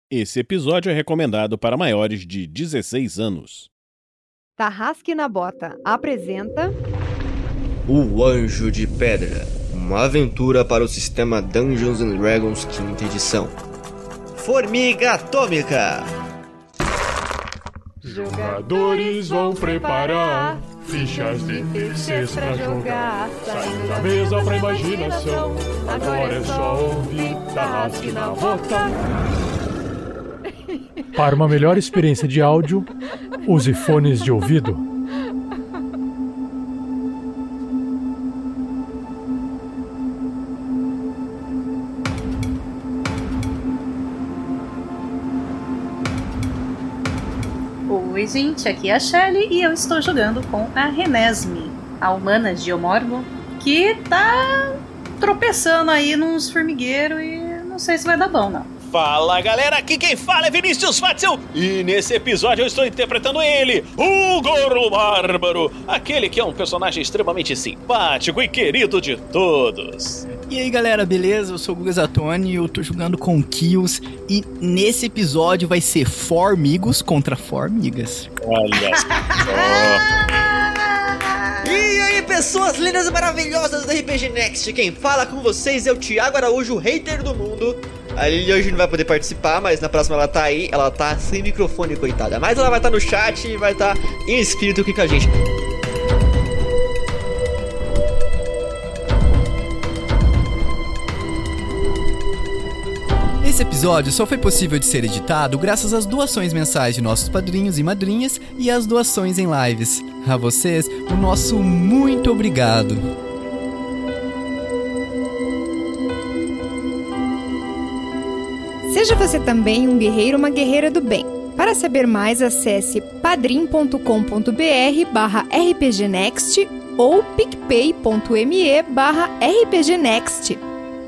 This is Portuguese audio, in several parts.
Esse episódio é recomendado para maiores de 16 anos. Tarrasque na Bota apresenta... O Anjo de Pedra, uma aventura para o sistema Dungeons & Dragons 5ª edição. Formiga Atômica! Jogadores vão preparar fichas de terceiros pra jogar, saindo da mesa pra imaginação. Agora é só ouvir Tarrasque na Bota. Para uma melhor experiência de áudio, use fones de ouvido. Oi gente, aqui é a Shelly e eu estou jogando com a Renesme, a humana Geomorgo, que tá tropeçando aí nos formigueiros e não sei se vai dar bom não. Fala galera, aqui quem fala é Vinícius Fatzel e nesse episódio eu estou interpretando ele, o Gorro Bárbaro, aquele que é um personagem extremamente simpático e querido de todos. E aí galera, beleza? Eu sou o Guga Zatoni, eu tô jogando com Kills e nesse episódio vai ser formigos contra formigas. Olha só. E aí pessoas lindas e maravilhosas do RPG Next, quem fala com vocês é o Thiago Araújo, o hater do mundo. A Lili hoje não vai poder participar, mas na próxima ela tá aí, ela tá sem microfone, coitada. Mas ela vai estar no chat e vai estar em espírito aqui com a gente. Esse episódio só foi possível de ser editado graças às doações mensais de nossos padrinhos e madrinhas e às doações em lives. A vocês, o nosso muito obrigado. Seja você também um guerreiro ou uma guerreira do bem. Para saber mais, acesse padrim.com.br/rpgnext ou picpay.me/rpgnext.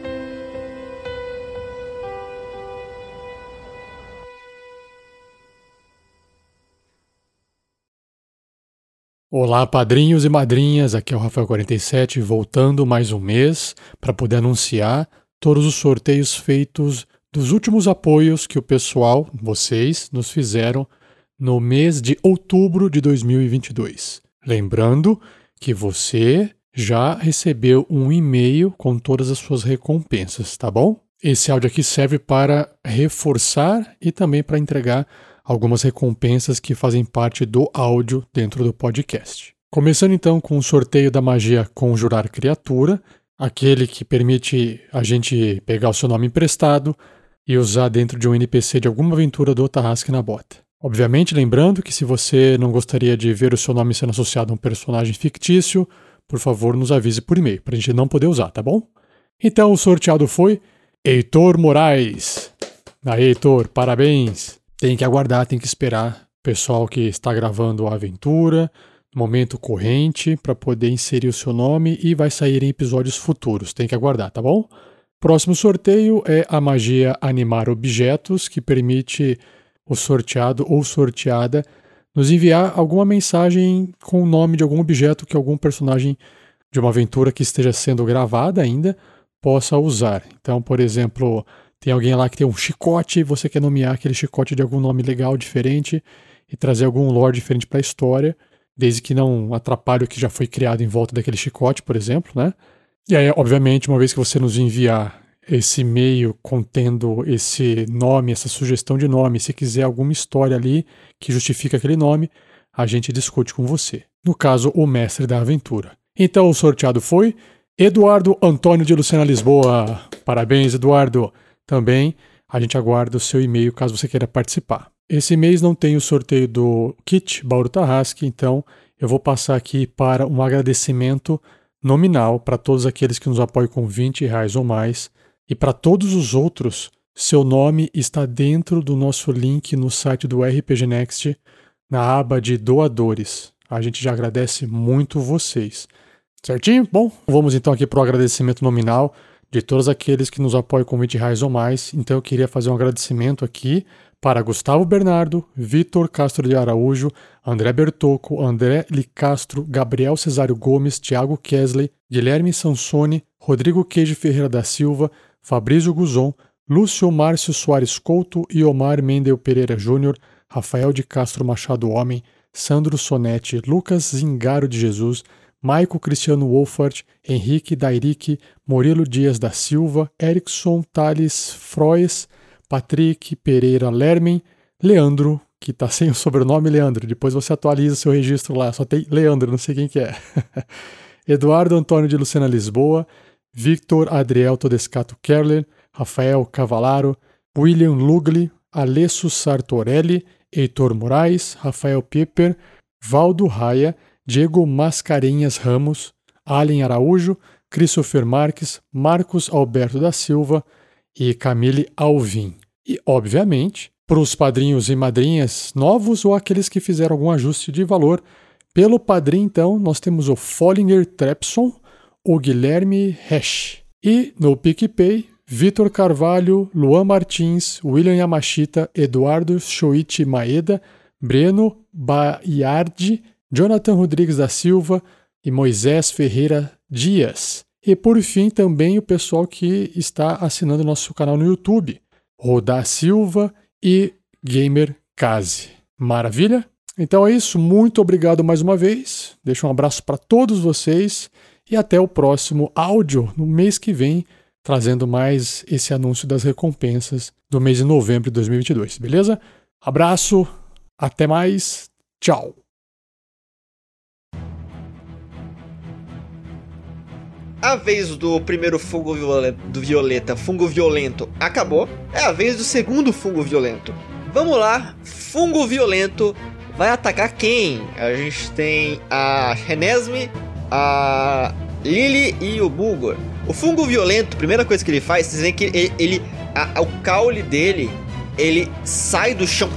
Olá, padrinhos e madrinhas, aqui é o Rafael47, voltando mais um mês para poder anunciar todos os sorteios feitos dos últimos apoios que o pessoal, vocês, nos fizeram no mês de outubro de 2022. Lembrando que você já recebeu um e-mail com todas as suas recompensas, tá bom? Esse áudio aqui serve para reforçar e também para entregar algumas recompensas que fazem parte do áudio dentro do podcast. Começando então com o sorteio da magia Conjurar Criatura, aquele que permite a gente pegar o seu nome emprestado e usar dentro de um NPC de alguma aventura do Tarrasque na Bota. Obviamente, lembrando que se você não gostaria de ver o seu nome sendo associado a um personagem fictício, por favor, nos avise por e-mail, para a gente não poder usar, tá bom? Então, o sorteado foi Heitor Moraes. Aí, Heitor, parabéns! Tem que aguardar, tem que esperar o pessoal que está gravando a aventura, no momento corrente, para poder inserir o seu nome e vai sair em episódios futuros. Tem que aguardar, tá bom? Próximo sorteio é a magia Animar Objetos, que permite o sorteado ou sorteada nos enviar alguma mensagem com o nome de algum objeto que algum personagem de uma aventura que esteja sendo gravada ainda possa usar. Então, por exemplo, tem alguém lá que tem um chicote, você quer nomear aquele chicote de algum nome legal, diferente, e trazer algum lore diferente para a história, desde que não atrapalhe o que já foi criado em volta daquele chicote, por exemplo, né? E aí, obviamente, uma vez que você nos enviar esse e-mail contendo esse nome, essa sugestão de nome, se quiser alguma história ali que justifique aquele nome, a gente discute com você. No caso, o mestre da aventura. Então, o sorteado foi Eduardo Antônio de Lucena Lisboa. Parabéns, Eduardo. Também a gente aguarda o seu e-mail caso você queira participar. Esse mês não tem o sorteio do kit Bauru Tarrasque, então eu vou passar aqui para um agradecimento nominal para todos aqueles que nos apoiam com R$20 ou mais. E para todos os outros, seu nome está dentro do nosso link no site do RPG Next, na aba de doadores. A gente já agradece muito vocês. Certinho? Bom, vamos então aqui para o agradecimento nominal de todos aqueles que nos apoiam com R$20 ou mais. Então eu queria fazer um agradecimento aqui para Gustavo Bernardo, Vitor Castro de Araújo, André Bertocco, André Licastro, Gabriel Cesário Gomes, Thiago Kesley, Guilherme Sansoni, Rodrigo Queijo Ferreira da Silva, Fabrício Guzon, Lúcio Márcio Soares Couto, Iomar Mendel Pereira Júnior, Rafael de Castro Machado Homem, Sandro Sonetti, Lucas Zingaro de Jesus, Maico Cristiano Wolfart, Henrique Dairic, Murilo Dias da Silva, Erickson Thales Froes, Patrick Pereira Lermen, Leandro, que tá sem o sobrenome Leandro, depois você atualiza seu registro lá, só tem Leandro, não sei quem que é. Eduardo Antônio de Lucena Lisboa, Victor Adriel Todescato Kerler, Rafael Cavalaro, William Lugli, Alessio Sartorelli, Heitor Moraes, Rafael Pieper, Valdo Raia, Diego Mascarenhas Ramos, Allen Araújo, Christopher Marques, Marcos Alberto da Silva e Camille Alvim. E, obviamente, para os padrinhos e madrinhas novos ou aqueles que fizeram algum ajuste de valor, pelo padrinho, então, nós temos o Follinger Trepson, o Guilherme Hesch. E no PicPay, Vitor Carvalho, Luan Martins, William Yamashita, Eduardo Shoichi Maeda, Breno Baiardi, Jonathan Rodrigues da Silva e Moisés Ferreira Dias. E por fim também o pessoal que está assinando nosso canal no YouTube, Rodar Silva e Gamer Kazi. Maravilha? Então é isso, muito obrigado mais uma vez, deixo um abraço para todos vocês e até o próximo áudio no mês que vem, trazendo mais esse anúncio das recompensas do mês de novembro de 2022, beleza? Abraço, até mais, tchau! A vez do primeiro fungo violeta, fungo violento, acabou. É a vez do segundo fungo violento. Vamos lá, fungo violento vai atacar quem? A gente tem a Renesme, a Lily e o Bulgor. O fungo violento, a primeira coisa que ele faz, vocês veem que o caule dele, ele sai do chão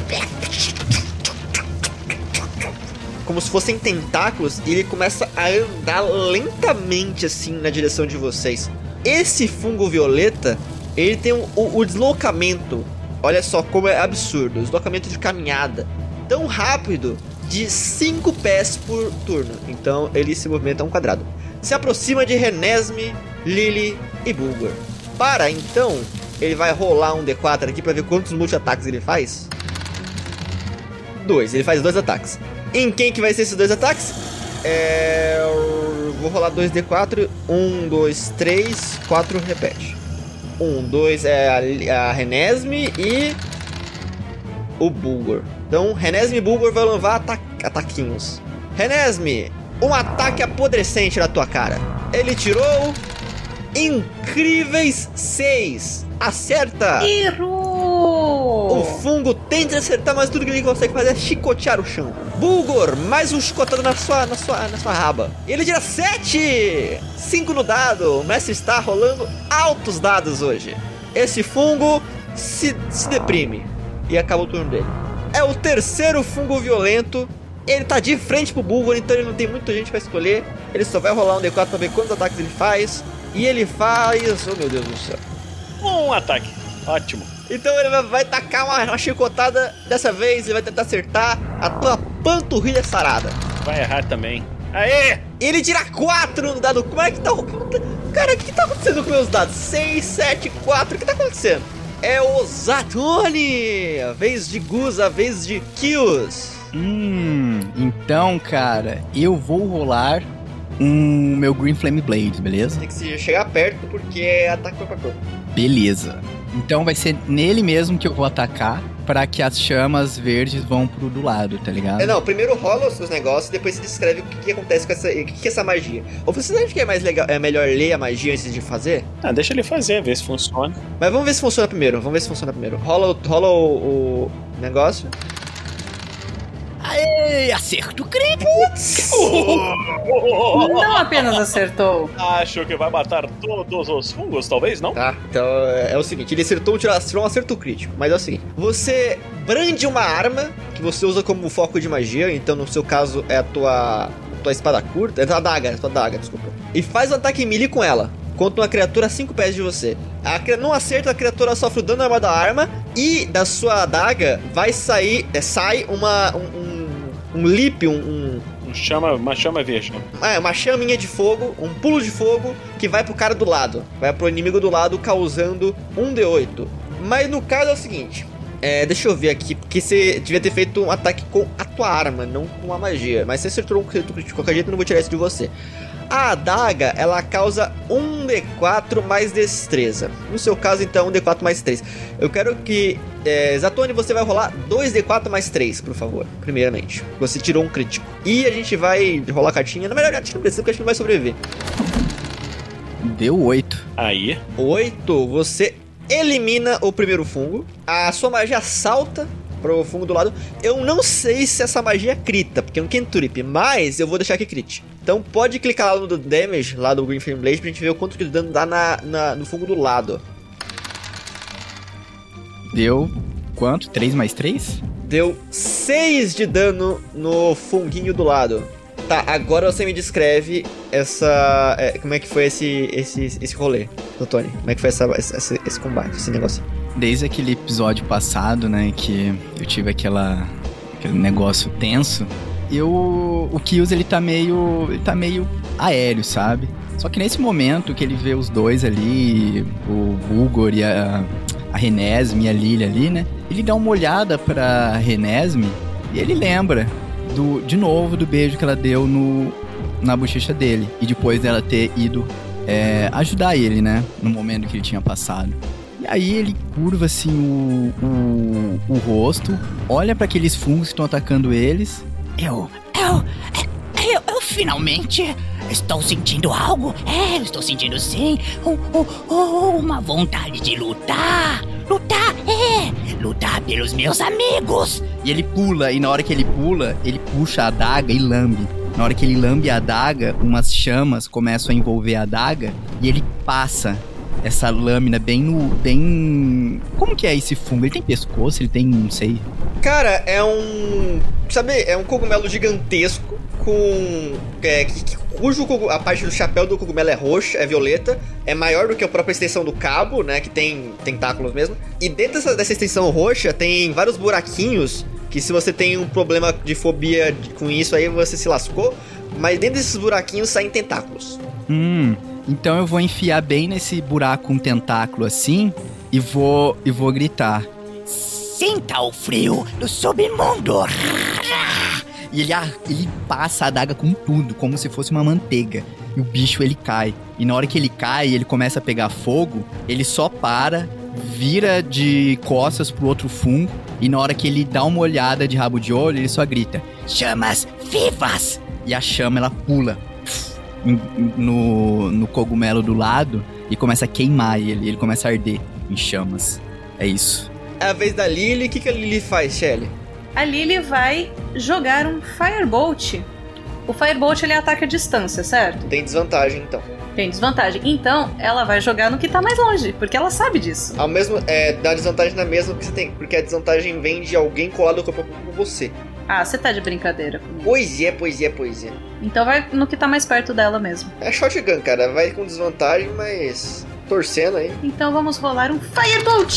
como se fossem tentáculos e ele começa a andar lentamente assim na direção de vocês. Esse fungo violeta, ele tem o deslocamento, olha só como é absurdo, o deslocamento de caminhada tão rápido de 5 pés por turno. Então ele se movimenta a um quadrado. Se aproxima de Renesme, Lily e Bulgor. Então, ele vai rolar um D4 aqui pra ver quantos multi-ataques ele faz. 2, ele faz 2 ataques. Em quem que vai ser esses 2 ataques? Vou rolar 2 D4. 1, 2, 3, 4, repete. 1, 2 é a Renesme e o Bulgor. Então, Renesme e Bulgor vão levar ataquinhos. Renesme, um ataque apodrecente na tua cara. Ele tirou incríveis 6. Acerta! Errou! O fungo tenta acertar, mas tudo que ele consegue fazer é chicotear o chão. Bulgor, mais um chicotado na sua raba. Ele tira 7! 5 no dado. O mestre está rolando altos dados hoje. Esse fungo se deprime. E acaba o turno dele. É o terceiro fungo violento. Ele tá de frente pro Bulgor, então ele não tem muita gente pra escolher. Ele só vai rolar um D4 pra ver quantos ataques ele faz. E ele faz... oh meu Deus do céu. Um ataque, ótimo. Então ele vai tacar uma chicotada. Dessa vez ele vai tentar acertar a tua panturrilha sarada. Vai errar também. Aê! Ele tira 4 no dado. Como é que tá... cara, o que tá acontecendo com meus dados? 6, 7, 4, o que tá acontecendo? É o Zatoni! A vez de Gus, a vez de Kills. Então, cara, eu vou rolar meu Green Flame Blade, beleza? Tem que chegar perto porque é ataque corpo a corpo. Beleza. Então vai ser nele mesmo que eu vou atacar pra que as chamas verdes vão pro do lado, tá ligado? Não, primeiro rola os seus negócios, depois você descreve o que acontece com essa... o que é essa magia. Ou você acha que é mais legal, é melhor ler a magia antes de fazer? Deixa ele fazer, ver se funciona. Mas vamos ver se funciona primeiro, Rola o negócio. Aê, acerto crítico! Não apenas acertou. Acho que vai matar todos os fungos, talvez, não? Tá, então é o seguinte, ele acertou um acerto crítico, mas é o seguinte, você brande uma arma que você usa como foco de magia, então no seu caso é a tua espada curta, é a tua adaga, desculpa, e faz um ataque melee com ela, contra uma criatura a 5 pés de você. Não acerta, a criatura sofre o dano normal da arma, e da sua adaga sai um leap, uma chama verde. Uma chaminha de fogo, um pulo de fogo que vai pro cara do lado. Vai pro inimigo do lado, causando 1d8. Mas no caso é o seguinte... deixa eu ver aqui, porque você devia ter feito um ataque com a tua arma, não com a magia. Mas você acertou um crítico de qualquer jeito, eu não vou tirar isso de você. A adaga, ela causa 1d4 mais destreza. No seu caso, então, 1d4 mais 3. Eu quero que... Zatoni, você vai rolar 2d4 mais 3, por favor. Primeiramente. Você tirou um crítico. E a gente vai rolar a cartinha. Na verdade, a gente não precisa, porque a gente não vai sobreviver. Deu 8. Aí. 8. Você elimina o primeiro fungo. A sua magia salta pro fungo do lado. Eu não sei se essa magia é crita, porque é um cantrip, mas eu vou deixar aqui crit. Então pode clicar lá no damage, lá do Green Flame Blade, pra gente ver o quanto que de dano dá no fungo do lado. Deu quanto? 3 mais 3? Deu 6 de dano no funguinho do lado. Tá, agora você me descreve essa... como é que foi esse rolê, Tony? Como é que foi esse combate, esse negócio? Desde aquele episódio passado, né, que eu tive aquele negócio tenso, o Kills, ele tá meio aéreo, sabe? Só que nesse momento que ele vê os dois ali, o Bulgor e a Renesme e a Lily ali, né, ele dá uma olhada pra Renesme e ele lembra de novo do beijo que ela deu na bochecha dele, e depois dela ter ido ajudar ele, né, no momento que ele tinha passado. E aí ele curva assim o rosto, olha para aqueles fungos que estão atacando eles. Eu finalmente estou sentindo algo. Eu estou sentindo sim uma vontade de lutar pelos meus amigos. E ele pula, e na hora que ele pula, ele puxa a adaga e lambe. Na hora que ele lambe a adaga, umas chamas começam a envolver a adaga e ele passa essa lâmina bem... Como que é esse fungo? Ele tem pescoço? Ele tem... não sei. Cara, é um cogumelo gigantesco com... cujo a parte do chapéu do cogumelo é roxa, é violeta. É maior do que a própria extensão do cabo, né? Que tem tentáculos mesmo. E dentro dessa extensão roxa tem vários buraquinhos que, se você tem um problema de fobia com isso aí, você se lascou. Mas dentro desses buraquinhos saem tentáculos. Então eu vou enfiar bem nesse buraco com tentáculo assim e vou gritar: sinta o frio do submundo! E ele passa a adaga com tudo, como se fosse uma manteiga. E o bicho, ele cai. E na hora que ele cai, ele começa a pegar fogo, ele só para, vira de costas pro outro fungo, e na hora que ele dá uma olhada de rabo de olho, ele só grita: chamas vivas! E a chama, ela pula no cogumelo do lado e começa a queimar ele começa a arder em chamas. É isso. É a vez da Lily. O que a Lily faz, Shelly? A Lily vai jogar um Firebolt. O Firebolt, ele ataca a distância, certo? Tem desvantagem, então. Tem desvantagem. Então, ela vai jogar no que tá mais longe, porque ela sabe disso. Ao mesmo... dá desvantagem na mesma que você tem, porque a desvantagem vem de alguém colado com você. Ah, você tá de brincadeira comigo. Pois é. Então vai no que tá mais perto dela mesmo. É shotgun, cara. Vai com desvantagem, mas... torcendo aí. Então vamos rolar um Firebolt!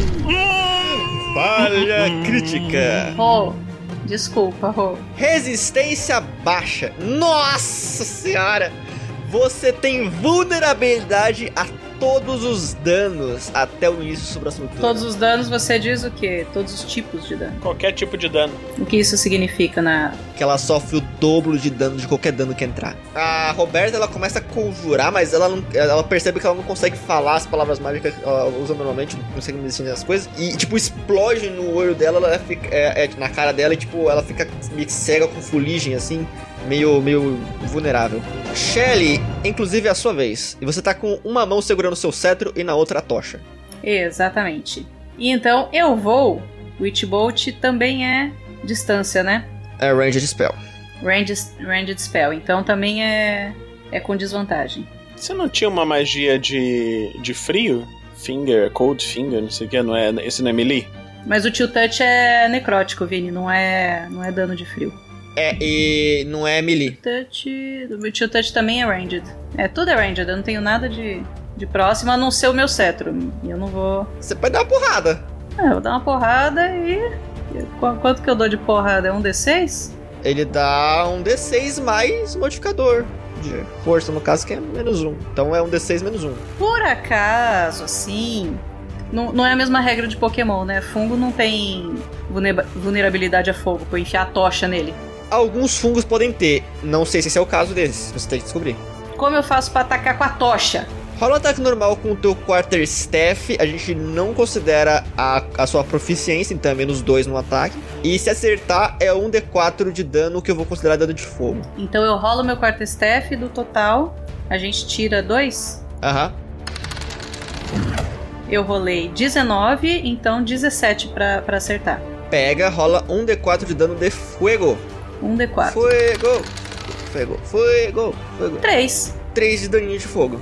Falha crítica. Desculpa, Resistência baixa. Nossa senhora! Você tem vulnerabilidade a todos os danos até o início sobre a sua turno. Todos os danos, você diz o quê? Todos os tipos de dano. Qualquer tipo de dano. O que isso significa na... Que ela sofre o dobro de dano de qualquer dano que entrar. A Roberta, ela começa a conjurar, mas ela percebe que ela não consegue falar as palavras mágicas que ela usa normalmente, não consegue decidir as coisas. E, tipo, explode no olho dela, ela fica, na cara dela, e, tipo, ela fica meio cega com fuligem, assim. Meio vulnerável. Shelly, inclusive é a sua vez. E você tá com uma mão segurando o seu cetro e na outra a tocha. Exatamente. E então eu vou... Witch Bolt também é distância, né? É Ranged Spell. Ranged Spell. Então também é com desvantagem. Você não tinha uma magia de frio? Cold Finger, não sei o que. Esse não é melee? Mas o Chill Touch é necrótico, Vini. Não é dano de frio. E não é melee. O Chill Touch também é ranged. Tudo é ranged, eu não tenho nada de próximo, a não ser o meu cetro. E eu não vou... Você pode dar uma porrada. Eu vou dar uma porrada e... Quanto que eu dou de porrada? É um D6? Ele dá um D6 mais modificador de força, no caso, que é -1. Então é um D6 -1. Por acaso, assim... Não é a mesma regra de Pokémon, né? Fungo não tem vulnerabilidade a fogo, pra enfiar a tocha nele. Alguns fungos podem ter, não sei se esse é o caso desses, você tem que descobrir. Como eu faço pra atacar com a tocha? Rola um ataque normal com o teu Quarterstaff, a gente não considera a sua proficiência, então é -2 no ataque. E se acertar, é 1d4 de dano, que eu vou considerar dano de fogo. Então eu rolo meu Quarterstaff do total, a gente tira 2? Aham. Eu rolei 19, então 17 pra acertar. Pega, rola 1d4 de dano de fogo. 1d4. Fogo. 3. 3 de daninho de fogo.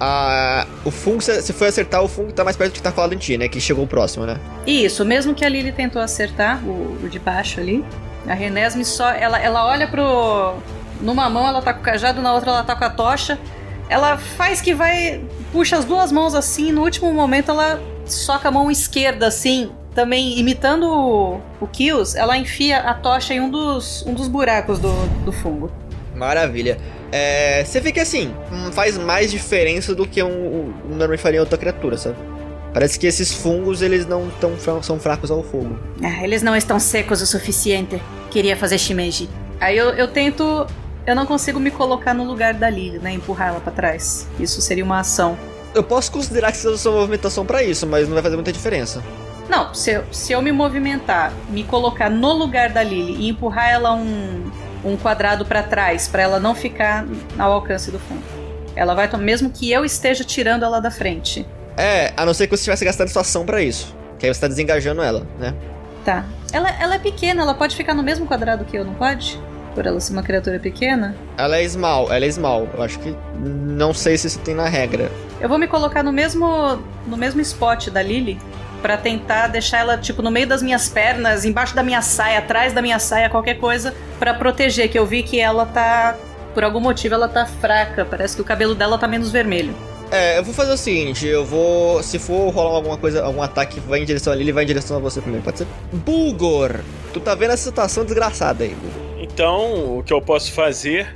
O fungo, se for acertar, o fungo tá mais perto do que tá colado em ti, né? Que chegou o próximo, né? Isso, mesmo que a Lily tentou acertar o de baixo ali, a Renesme só... Ela olha pro... Numa mão ela tá com o cajado, na outra ela tá com a tocha. Ela faz que vai... Puxa as duas mãos assim, no último momento ela soca a mão esquerda assim, também imitando o Kills, ela enfia a tocha em um dos buracos do fungo. Maravilha. Você vê que assim, faz mais diferença do que um normal faria em outra criatura, sabe? Parece que esses fungos, eles não são fracos ao fogo. Eles não estão secos o suficiente. Queria fazer shimeji. Aí eu tento... Eu não consigo me colocar no lugar da Lily, né? Empurrar ela pra trás. Isso seria uma ação. Eu posso considerar que você usa sua movimentação pra isso, mas não vai fazer muita diferença. Não, se eu me movimentar, me colocar no lugar da Lily e empurrar ela um quadrado pra trás, pra ela não ficar ao alcance do fundo. Ela vai tomar, mesmo que eu esteja tirando ela da frente. A não ser que você estivesse gastando sua ação pra isso. Que aí você tá desengajando ela, né? Tá. Ela é pequena, ela pode ficar no mesmo quadrado que eu, não pode? Por ela ser uma criatura pequena? Ela é small. Eu acho que... Não sei se isso tem na regra. Eu vou me colocar no mesmo spot da Lily pra tentar deixar ela, tipo, no meio das minhas pernas, embaixo da minha saia, atrás da minha saia, qualquer coisa, pra proteger, que eu vi que ela tá... Por algum motivo ela tá fraca, parece que o cabelo dela tá menos vermelho. Eu vou fazer o seguinte, se for rolar alguma coisa, algum ataque que vai em direção a Lily, vai em direção a você primeiro, pode ser? Bulgor! Tu tá vendo essa situação desgraçada aí, Bulgor. Então, o que eu posso fazer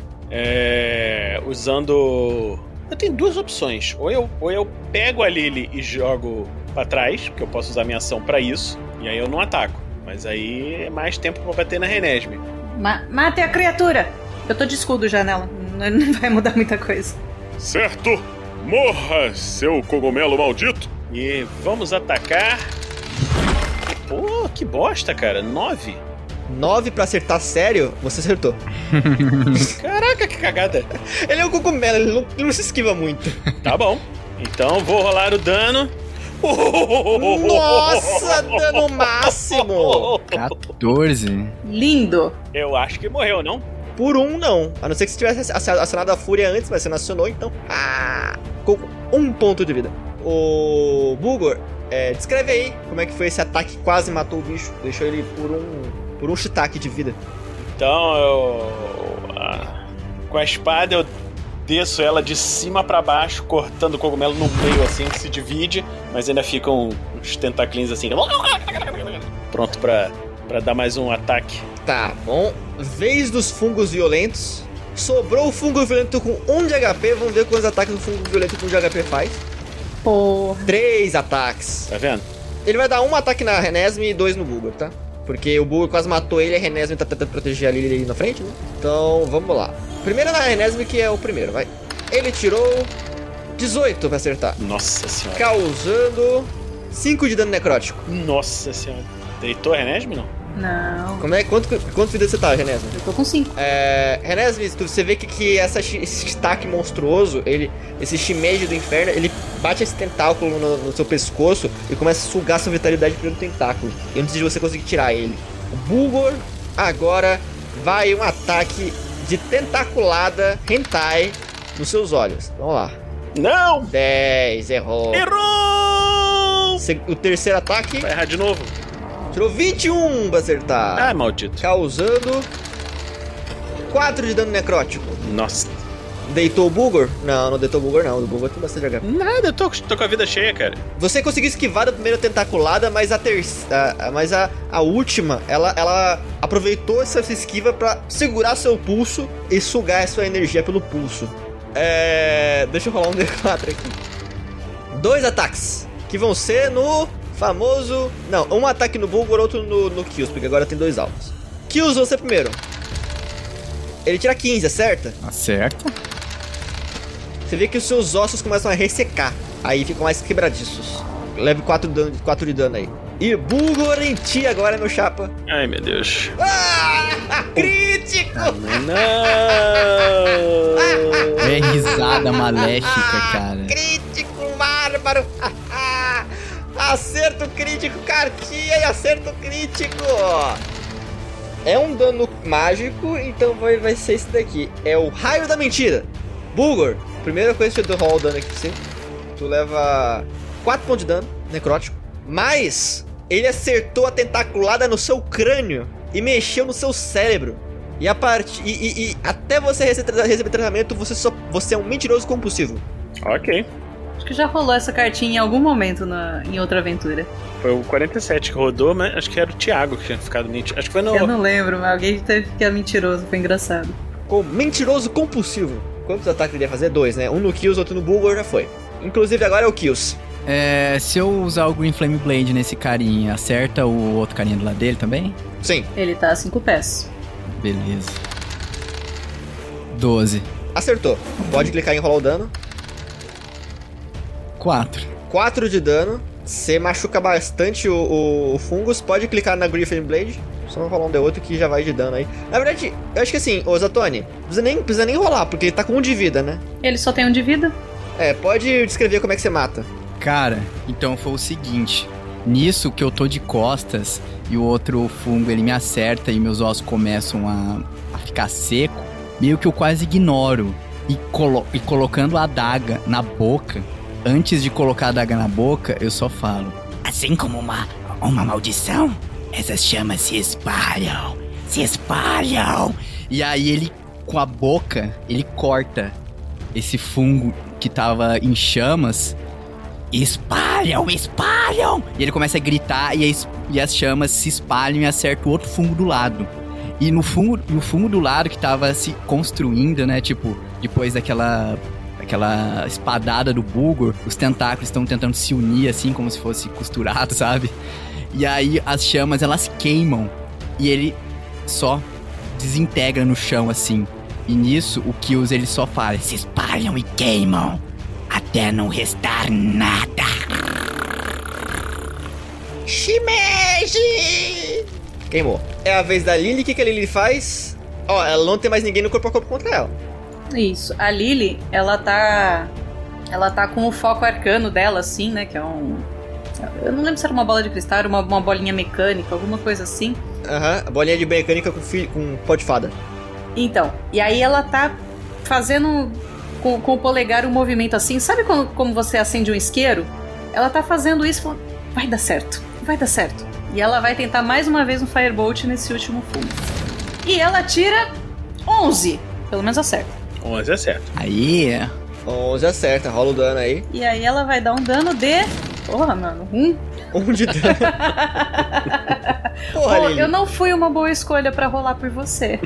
é... Usando... Eu tenho duas opções. Ou eu pego a Lily e jogo pra trás, porque eu posso usar minha ação pra isso, e aí eu não ataco. Mas aí é mais tempo pra bater na Renesme. Mate a criatura! Eu tô de escudo já nela, não vai mudar muita coisa. Certo! Morra, seu cogumelo maldito! E vamos atacar... Pô, que bosta, cara. 9. 9 pra acertar sério? Você acertou. Caraca, que cagada. Ele é um cogumelo, ele não se esquiva muito. Tá bom. Então vou rolar o dano. Nossa, dano máximo. 14. Lindo. Eu acho que morreu, não? Por 1, não. A não ser que você tivesse acionado a fúria antes, mas você não acionou, então... Com 1 ponto de vida. O Bulgor, descreve aí como é que foi esse ataque que quase matou o bicho. Deixou ele por um shiitake de vida. Então com a espada eu desço ela de cima pra baixo, cortando o cogumelo no meio assim, que se divide, mas ainda ficam uns tentaclinhos assim. Pronto pra dar mais um ataque. Tá bom. Vez dos fungos violentos. Sobrou o fungo violento com 1 de HP. Vamos ver quantos ataques o fungo violento com 1 de HP faz. Porra. 3 ataques. Tá vendo? Ele vai dar 1 ataque na Renesme e 2 no Bulgor, tá? Porque o Bulgor quase matou ele e a Renesme tá tentando proteger a Lily ali na frente, né? Então, vamos lá. Primeiro na Renesme, que é o primeiro, vai. Ele tirou 18 pra acertar. Nossa senhora. Causando 5 de dano necrótico. Nossa senhora. Deitou a Renesme, não? Não. Quanto vida você tá, Renesme? Eu tô com 5. Renesme, você vê que esse shiitake monstruoso, esse shimeji do inferno, ele bate esse tentáculo no seu pescoço e começa a sugar sua vitalidade pelo tentáculo, antes de você conseguir tirar ele. O Bulgor agora vai um ataque de tentaculada hentai nos seus olhos. Vamos lá. Não! 10, errou. Errou! O terceiro ataque. Vai errar de novo. Tirou 21 pra acertar. Ah, maldito. Causando 4 de dano necrótico. Nossa. Deitou o Bulgor? Não deitou o Bulgor não. O Bulgor tem bastante HP. Nada, eu tô com a vida cheia, cara. Você conseguiu esquivar da primeira tentaculada, mas a última, ela aproveitou essa esquiva pra segurar seu pulso e sugar a sua energia pelo pulso. Deixa eu rolar um D4 aqui. 2 ataques. Que vão ser no famoso... Não, um ataque no Bulgor, outro no Kills, porque agora tem 2 alvos. Kills, você primeiro. Ele tira 15, acerta? Acerta. Você vê que os seus ossos começam a ressecar. Aí ficam mais quebradiços. Leve 4 de dano aí. E Bulgor em ti agora, meu chapa. Ai, meu Deus. Crítico! Não! É risada maléfica, cara. Crítico bárbaro! Acerto crítico, cartinha e acerto crítico! É um dano mágico, então vai ser esse daqui. É o raio da mentira. Bulgor, primeira coisa que eu dou o dano aqui pra você. Tu leva 4 pontos de dano, necrótico. Mas ele acertou a tentaculada no seu crânio e mexeu no seu cérebro. E até você receber tratamento, você é um mentiroso compulsivo. Ok. Acho que já rolou essa cartinha em algum momento em outra aventura. Foi o 47 que rodou, mas acho que era o Thiago que tinha ficado mentiroso. Acho que foi no... Eu não lembro, mas alguém teve que ficar mentiroso, foi engraçado. Com mentiroso compulsivo. Quantos ataques ele ia fazer? 2, né? Um no Kills, outro no Bulgor, já foi. Inclusive agora é o Kills. Se eu usar o Green Flame Blade nesse carinha, acerta o outro carinha do lado dele também? Sim. Ele tá a 5 pés. Beleza. 12. Acertou. Pode clicar em rolar o dano. 4 de dano. Você machuca bastante o Fungus. Pode clicar na Griffin Blade. Só rolar um D8 que já vai de dano aí. Na verdade, eu acho que assim, ô Zatoni, precisa nem rolar, porque ele tá com 1 de vida, né? Ele só tem 1 de vida? Pode descrever como é que você mata. Cara, então foi o seguinte. Nisso que eu tô de costas e o outro fungo ele me acerta e meus ossos começam a ficar seco, meio que eu quase ignoro. E colocando a adaga na boca, antes de colocar a adaga na boca, eu só falo: assim como uma maldição, essas chamas se espalham. E aí ele, com a boca, ele corta esse fungo que tava em chamas. Espalham! E ele começa a gritar e as chamas se espalham e acertam o outro fungo do lado. E o fungo do lado que tava se construindo, né? Tipo, depois daquela espadada do Bulgor, os tentáculos estão tentando se unir assim, como se fosse costurado, sabe? E aí as chamas, elas queimam. E ele só desintegra no chão, assim. E nisso, o Kills, ele só fala: se espalham e queimam, até não restar nada. Shimeji! Queimou. É a vez da Lily. O que a Lily faz? Ela não tem mais ninguém no corpo a corpo contra ela. Isso. A Lily, ela tá com o foco arcano dela, assim, né? Que é um... Eu não lembro se era uma bola de cristal, uma bolinha mecânica, alguma coisa assim. A bolinha de mecânica com pó de fada. Então, e aí ela tá fazendo com o polegar um movimento assim. Sabe como você acende um isqueiro? Ela tá fazendo isso e falando: vai dar certo. E ela vai tentar mais uma vez um Firebolt nesse último fundo. E ela tira 11. Pelo menos acerta. 11 acerta. Aí. 11 acerta, rola o dano aí. E aí ela vai dar um dano de... Porra, mano, 1? 1 de dano. Porra, eu não fui uma boa escolha pra rolar por você.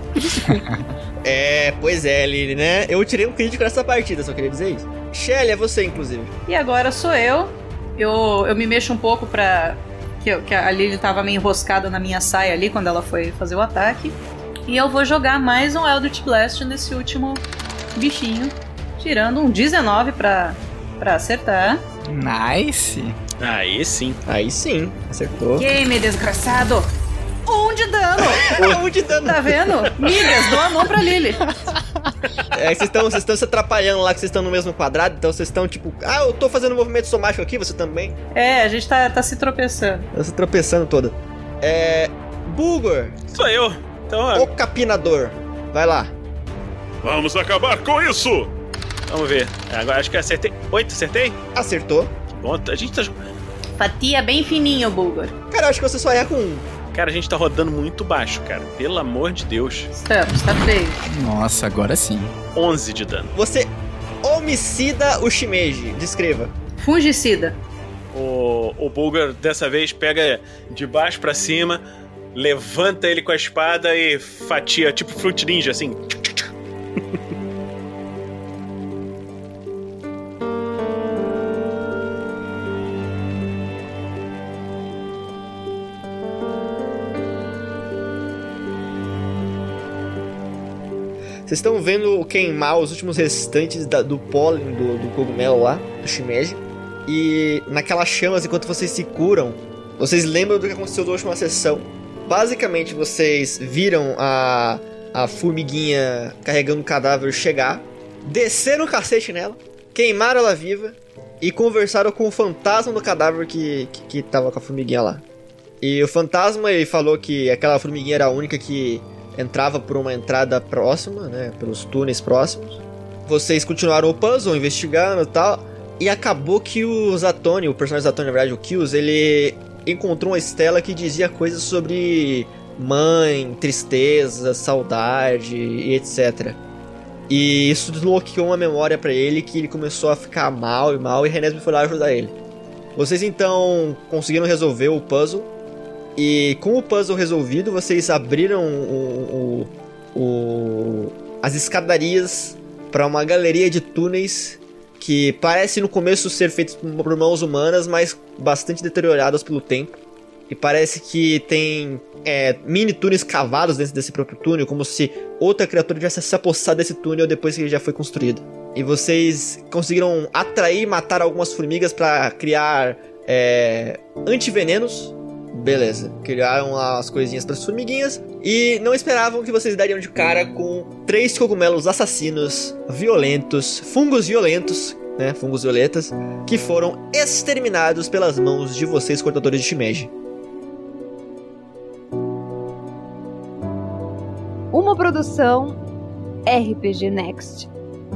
Pois é, Lily, né? Eu tirei um crítico nessa partida, só queria dizer isso. Shelly, é você, inclusive. E agora sou eu. Eu me mexo um pouco pra... Que a Lily tava meio enroscada na minha saia ali quando ela foi fazer o ataque. E eu vou jogar mais um Eldritch Blast nesse último bichinho. Tirando um 19 pra acertar. Nice. Aí sim, acertou. Game, desgraçado. 1 de dano. 1 de dano. Tá vendo? Migas, dou a mão pra Lily. Vocês estão se atrapalhando lá, que vocês estão no mesmo quadrado. Então vocês estão tipo: eu tô fazendo um movimento somático aqui, você também. A gente tá se tropeçando. Tá se tropeçando toda. Bulgor. Sou eu. Então, O capinador. Vai lá. Vamos acabar com isso! Vamos ver. Agora acho que acertei. 8, acertei? Acertou. Que bom, a gente tá... Fatia bem fininho, Bulgor. Cara, eu acho que você só erra com 1. Cara, a gente tá rodando muito baixo, cara. Pelo amor de Deus. Estamos, tá feio. Nossa, agora sim. 11 de dano. Você homicida o Shimeji. Descreva. Fungicida. O Bulgor dessa vez pega de baixo pra cima, levanta ele com a espada e fatia, tipo Fruit Ninja, assim. Vocês estão vendo queimar os últimos restantes do pólen do cogumelo lá, do shimeji. E naquelas chamas, enquanto vocês se curam, vocês lembram do que aconteceu na última sessão. Basicamente, vocês viram a formiguinha carregando o cadáver chegar, desceram o cacete nela, queimaram ela viva e conversaram com o fantasma do cadáver que tava com a formiguinha lá. E o fantasma, ele falou que aquela formiguinha era a única que entrava por uma entrada próxima, né, pelos túneis próximos. Vocês continuaram o puzzle, investigando e tal, e acabou que o Zatoni, o personagem Zatoni, na verdade, o Kills, ele encontrou uma estela que dizia coisas sobre mãe, tristeza, saudade e etc. E isso desbloqueou uma memória pra ele, que ele começou a ficar mal, e Renesme foi lá ajudar ele. Vocês então conseguiram resolver o puzzle, e com o puzzle resolvido, vocês abriram as escadarias para uma galeria de túneis que parece no começo ser feitos por mãos humanas, mas bastante deterioradas pelo tempo. E parece que tem mini túneis cavados dentro desse próprio túnel, como se outra criatura tivesse se apossado desse túnel depois que ele já foi construído. E vocês conseguiram atrair e matar algumas formigas para criar antivenenos. Beleza, criaram lá as coisinhas para as formiguinhas. E não esperavam que vocês dariam de cara com 3 cogumelos assassinos, violentos, fungos violentos, né, fungos violetas, que foram exterminados pelas mãos de vocês, cortadores de shimeji. Uma produção RPG Next.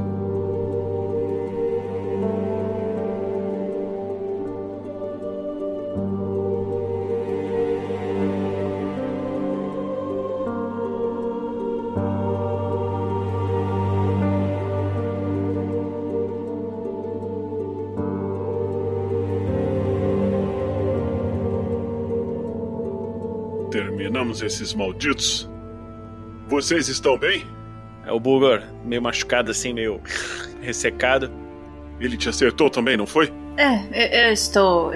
Terminamos esses malditos. Vocês estão bem? É o Bulgor, meio machucado assim, meio ressecado. Ele te acertou também, não foi? Eu estou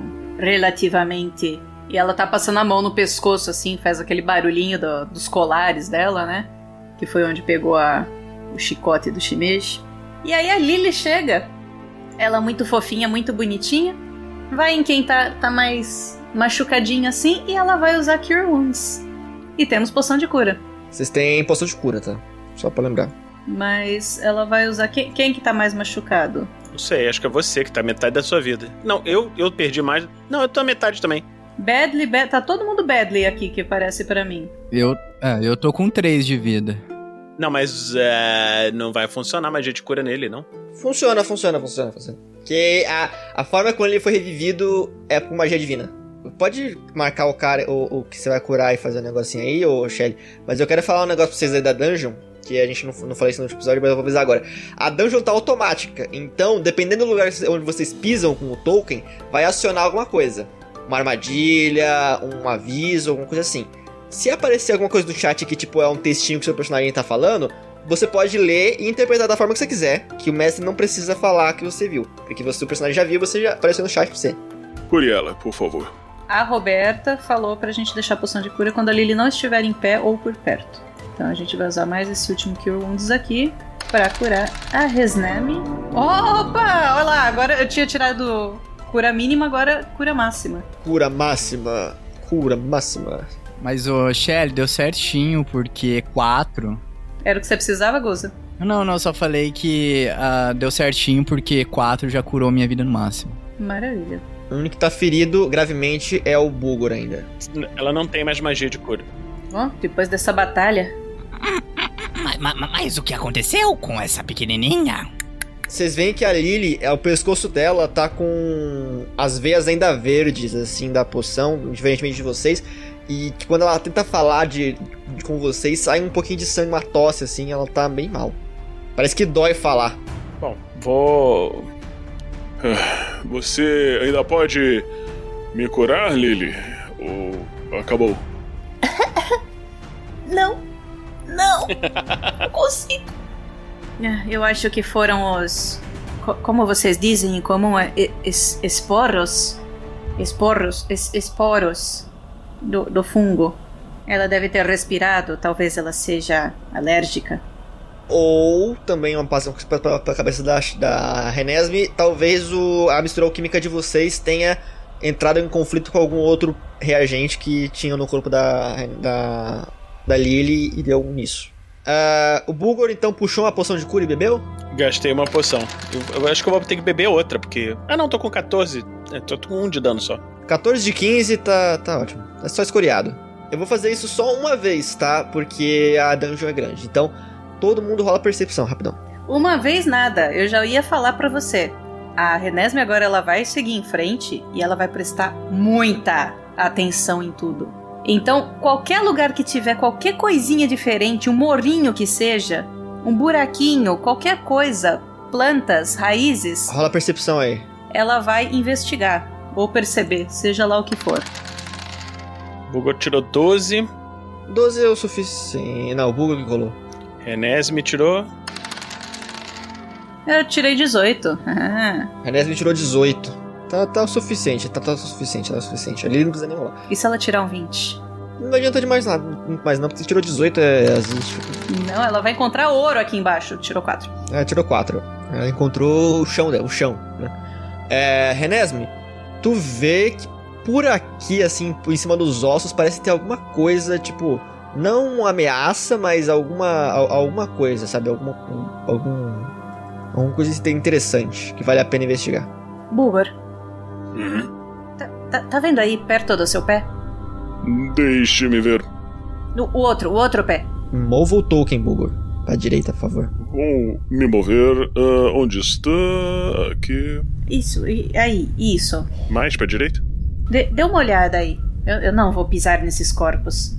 relativamente... E ela tá passando a mão no pescoço, assim, faz aquele barulhinho dos colares dela, né? Que foi onde pegou o chicote do shimeji. E aí a Lily chega. Ela muito fofinha, muito bonitinha. Vai em quem tá mais machucadinho assim, e ela vai usar Cure Wounds. E temos poção de cura. Vocês têm poção de cura, tá? Só pra lembrar. Mas ela vai usar... Quem que tá mais machucado? Não sei, acho que é você que tá metade da sua vida. Não, eu perdi mais. Não, eu tô a metade também. Badly, tá todo mundo badly aqui, que parece pra mim. Eu tô com 3 de vida. Não, mas não vai funcionar magia de cura nele, não? Funciona. Porque a forma como ele foi revivido é por magia divina. Pode marcar o cara, o que você vai curar e fazer um negocinho aí, ô Shelly. Mas eu quero falar um negócio pra vocês aí da dungeon, que a gente não falou isso no último episódio, mas eu vou avisar agora. A dungeon tá automática, então, dependendo do lugar onde vocês pisam com o token, vai acionar alguma coisa. Uma armadilha, um aviso, alguma coisa assim. Se aparecer alguma coisa no chat que, tipo, é um textinho que o seu personagem tá falando, você pode ler e interpretar da forma que você quiser, que o mestre não precisa falar que você viu. Porque o seu personagem já viu, você já apareceu no chat pra você. Cure ela, por favor. A Roberta falou pra gente deixar a poção de cura quando a Lily não estiver em pé ou por perto. Então a gente vai usar mais esse último Cure Wounds aqui pra curar a Resnemi. Opa! Olha lá, agora eu tinha tirado cura mínima, agora cura máxima. Cura máxima. Mas o Shelly deu certinho, porque 4... Era o que você precisava, Goza? Não, só falei que deu certinho porque 4 já curou minha vida no máximo. Maravilha. O único que tá ferido gravemente é o Bulgor ainda. Ela não tem mais magia de cura. Depois dessa batalha... Mas o que aconteceu com essa pequenininha? Vocês veem que a Lily, o pescoço dela tá com as veias ainda verdes, assim, da poção, diferentemente de vocês. E que quando ela tenta falar com vocês, sai um pouquinho de sangue, uma tosse, assim, ela tá bem mal. Parece que dói falar. Bom, vou... Você ainda pode me curar, Lily? Ou acabou? Não consigo. Eu acho que foram os... Como vocês dizem em comum, esporos do fungo. Ela deve ter respirado, talvez ela seja alérgica. ou também uma passagem pra cabeça da Renesme, talvez a mistura alquímica de vocês tenha entrado em conflito com algum outro reagente que tinha no corpo da Lily e deu nisso. O Bulgor então puxou uma poção de cura e bebeu? Gastei uma poção. Eu acho que eu vou ter que beber outra, porque... Ah não, tô com 14. Tô com 1 de dano só. 14 de 15 tá ótimo. É só escoriado. Eu vou fazer isso só uma vez, tá? Porque a dungeon é grande. Então, todo mundo rola percepção, rapidão. Uma vez nada, eu já ia falar pra você. A Renesme agora ela vai seguir em frente e ela vai prestar muita atenção em tudo. Então, qualquer lugar que tiver qualquer coisinha diferente, um morrinho que seja, um buraquinho, qualquer coisa, plantas, raízes... Rola percepção aí. Ela vai investigar, ou perceber, seja lá o que for. O Bulgor tirou 12. 12 é o suficiente. Não, o Bulgor que rolou. Renesme tirou... Eu tirei 18. Renesme tirou 18. Tá o suficiente, tá o suficiente. Ali não precisa nem rolar. E se ela tirar um 20? Não adianta de mais nada, mas não, porque se tirou 18 Não, ela vai encontrar ouro aqui embaixo. Tirou 4. Tirou 4. Ela encontrou o chão dela, né? Renesme, tu vê que por aqui, assim, em cima dos ossos, parece ter alguma coisa, tipo... Não uma ameaça, mas alguma coisa, sabe? Alguma coisa interessante que vale a pena investigar. Bulgor. Tá vendo aí perto do seu pé? Deixe-me ver. O outro pé. Mova o token, Bulgor. Pra direita, por favor. Vou me mover. Onde está? Aqui. Isso, aí, isso. Mais pra direita? Dê uma olhada aí. Eu não vou pisar nesses corpos.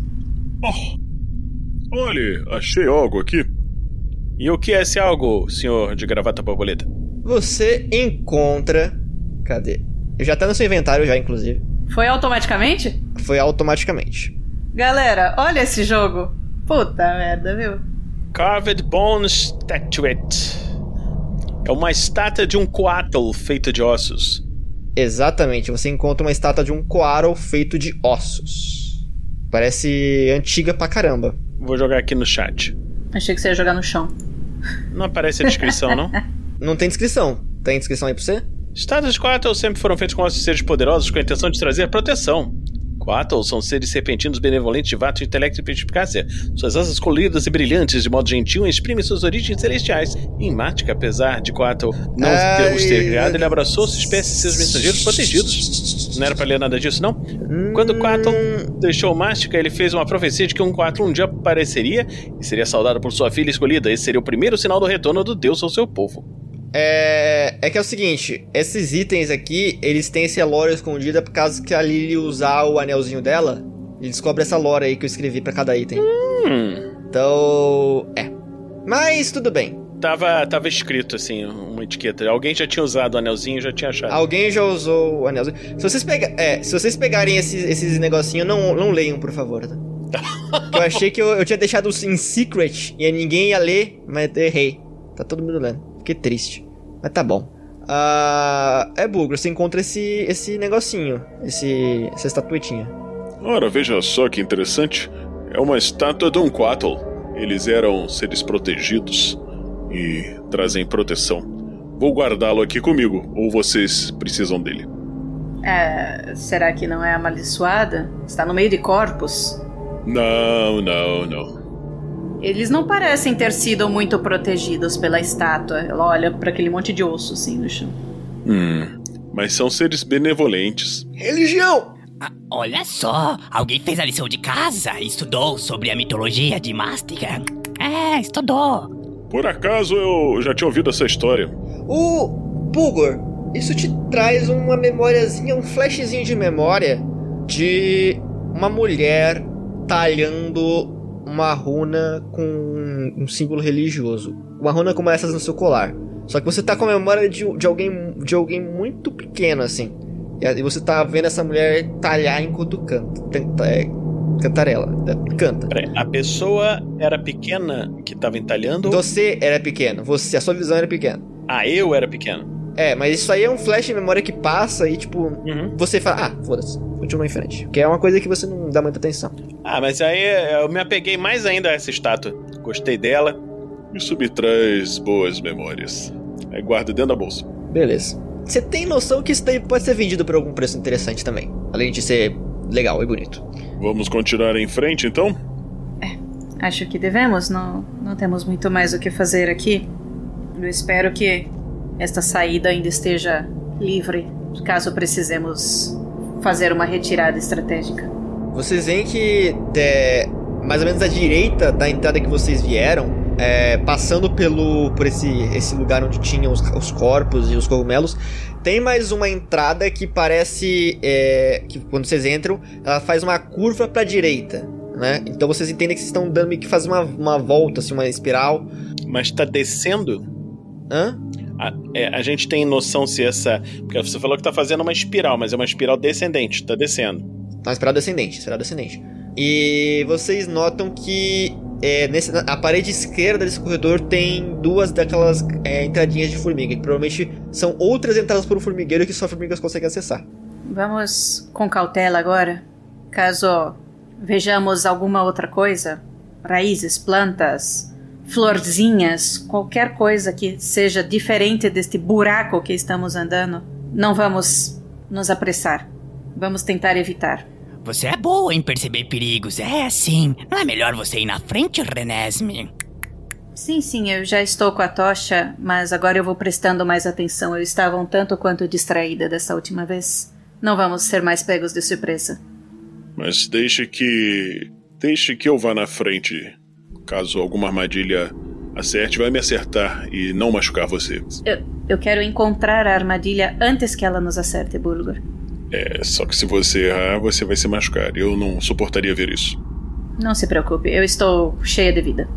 Olhe, achei algo aqui. E o que é esse algo, senhor de gravata borboleta? Você encontra... Cadê? Já tá no seu inventário já, inclusive. Foi automaticamente? Foi automaticamente. Galera, olha esse jogo. Puta merda, viu? Carved Bone Statuette. É uma estátua de um coatl feito de ossos. Exatamente, você encontra uma estátua de um coatl feito de ossos. Parece antiga pra caramba. Vou jogar aqui no chat. Achei que você ia jogar no chão. Não aparece a descrição, não? Não tem descrição. Tem descrição aí pra você? Estátuas de coatl sempre foram feitos com ossos de seres poderosos com a intenção de trazer proteção. Coatl são seres serpentinos benevolentes de vasto intelecto e perspicácia. Suas asas coloridas e brilhantes de modo gentil exprimem suas origens celestiais. Em Mática, apesar de Coatl não os ter criado, ele abraçou sua espécie e seus mensageiros protegidos. Não era pra ler nada disso, não? Quando Coatl deixou Mática, ele fez uma profecia de que um Coatl um dia apareceria e seria saudado por sua filha escolhida. Esse seria o primeiro sinal do retorno do Deus ao seu povo. É que é o seguinte, esses itens aqui, eles têm esse lore escondida por causa que a Lily usar o anelzinho dela, ele descobre essa lore aí que eu escrevi pra cada item. Então, mas tudo bem. Tava escrito assim, uma etiqueta. Alguém já tinha usado o anelzinho e já tinha achado. Alguém já usou o anelzinho. Se vocês pegarem esses negocinhos, não leiam, por favor, tá? Eu achei que eu tinha deixado em secret e ninguém ia ler, mas errei. Tá todo mundo lendo. Fiquei triste. Mas tá bom. Bulgor, você encontra esse negocinho. Essa estatuetinha. Ora, veja só que interessante. É uma estátua de um coatl. Eles eram seres protegidos e trazem proteção. Vou guardá-lo aqui comigo, ou vocês precisam dele? Será que não é amaldiçoada? Está no meio de corpos? Não. Eles não parecem ter sido muito protegidos pela estátua. Ela olha para aquele monte de osso assim no chão. Mas são seres benevolentes. Religião! Olha só, alguém fez a lição de casa e estudou sobre a mitologia de Mástica. Estudou. Por acaso eu já tinha ouvido essa história. Bulgor, isso te traz uma memóriazinha, um flashzinho de memória de uma mulher talhando uma runa com um símbolo religioso. Uma runa como essas no seu colar. Só que você tá com a memória de alguém muito pequeno, assim. E você tá vendo essa mulher talhar enquanto canta. Cantarela. Canta. Peraí, a pessoa era pequena que tava entalhando? Você era pequeno. A sua visão era pequena. Eu era pequeno. Mas isso aí é um flash de memória que passa e, tipo, você fala, foda-se, continua em frente. Que é uma coisa que você não dá muita atenção. Mas aí eu me apeguei mais ainda a essa estátua. Gostei dela. Isso me traz boas memórias. Aí guarda dentro da bolsa. Beleza. Você tem noção que isso daí pode ser vendido por algum preço interessante também. Além de ser legal e bonito. Vamos continuar em frente, então? Acho que devemos. Não temos muito mais o que fazer aqui. Eu espero que esta saída ainda esteja livre, caso precisemos fazer uma retirada estratégica. Vocês veem que mais ou menos à direita da entrada que vocês vieram, passando por esse lugar onde tinham os corpos e os cogumelos, tem mais uma entrada que parece que quando vocês entram, ela faz uma curva pra direita, né? Então vocês entendem que vocês estão dando meio que fazer uma volta, assim, uma espiral. Mas tá descendo? Hã? A gente tem noção se essa... Porque você falou que tá fazendo uma espiral, mas é uma espiral descendente, tá descendo. Uma espiral descendente. E vocês notam que a parede esquerda desse corredor tem duas daquelas entradinhas de formiga, que provavelmente são outras entradas por um formigueiro que só formigas conseguem acessar. Vamos com cautela agora. Caso vejamos alguma outra coisa, raízes, plantas, florzinhas, qualquer coisa que seja diferente deste buraco que estamos andando, não vamos nos apressar. Vamos tentar evitar. Você é boa em perceber perigos, é assim. Não é melhor você ir na frente, Renesme? Sim, eu já estou com a tocha, mas agora eu vou prestando mais atenção. Eu estava um tanto quanto distraída dessa última vez. Não vamos ser mais pegos de surpresa. Mas deixe que eu vá na frente. Caso alguma armadilha acerte, vai me acertar e não machucar você. Eu quero encontrar a armadilha antes que ela nos acerte, Bulgur. Só que se você errar, você vai se machucar. Eu não suportaria ver isso. Não se preocupe, eu estou cheia de vida.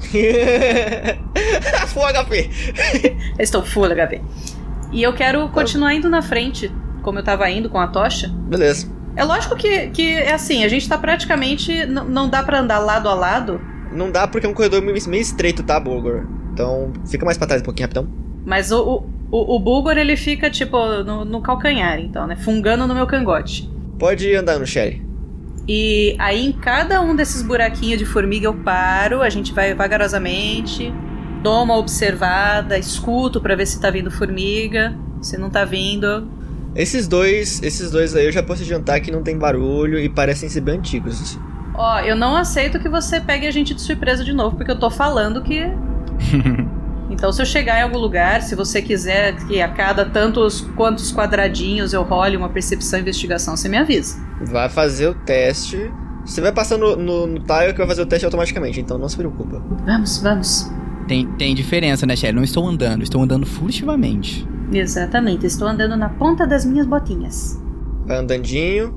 Full HP. Eu estou full HP. E eu quero continuar indo na frente, como eu tava indo com a tocha. Beleza. É lógico que é assim, a gente tá praticamente... Não dá pra andar lado a lado. Não dá porque é um corredor meio estreito, tá, Bulgur? Então fica mais pra trás um pouquinho, rapidão. Mas o Bulgur, ele fica, tipo, no calcanhar, então, né? Fungando no meu cangote. Pode ir andando, Sherry. E aí, em cada um desses buraquinhos de formiga, eu paro, a gente vai vagarosamente, dou uma observada, escuto pra ver se tá vindo formiga, se não tá vindo. Esses dois aí eu já posso adiantar que não tem barulho e parecem ser bem antigos, assim. Eu não aceito que você pegue a gente de surpresa de novo, porque eu tô falando que... Então, se eu chegar em algum lugar, se você quiser que a cada quantos quadradinhos eu role uma percepção e investigação, você me avisa. Vai fazer o teste. Você vai passar no tile que vai fazer o teste automaticamente, então não se preocupa. Vamos. Tem diferença, né, Shelly? Não estou andando furtivamente. Exatamente, estou andando na ponta das minhas botinhas. Vai andandinho.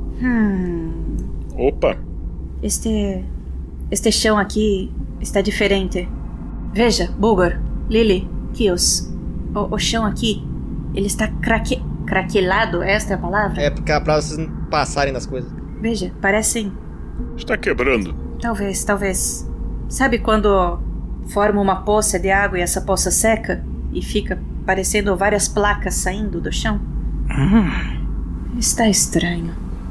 Opa! Este chão aqui está diferente. Veja, Bulgur, Lily, Kios, o chão aqui, ele está craquelado, esta é a palavra? É, porque é pra vocês não passarem nas coisas. Veja, parecem... Está quebrando. Talvez. Sabe quando forma uma poça de água e essa poça seca? E fica parecendo várias placas saindo do chão? Está estranho.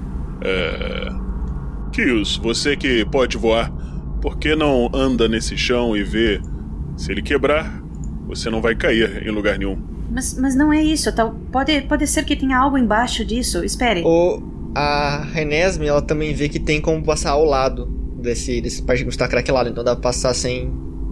Kios, você que pode voar, por que não anda nesse chão e vê? Se ele quebrar, você não vai cair em lugar nenhum. Mas não é isso. Pode ser que tenha algo embaixo disso. Espere. A Renesme, ela também vê que tem como passar ao lado desse parte que está craquelado. Então dá pra passar sem...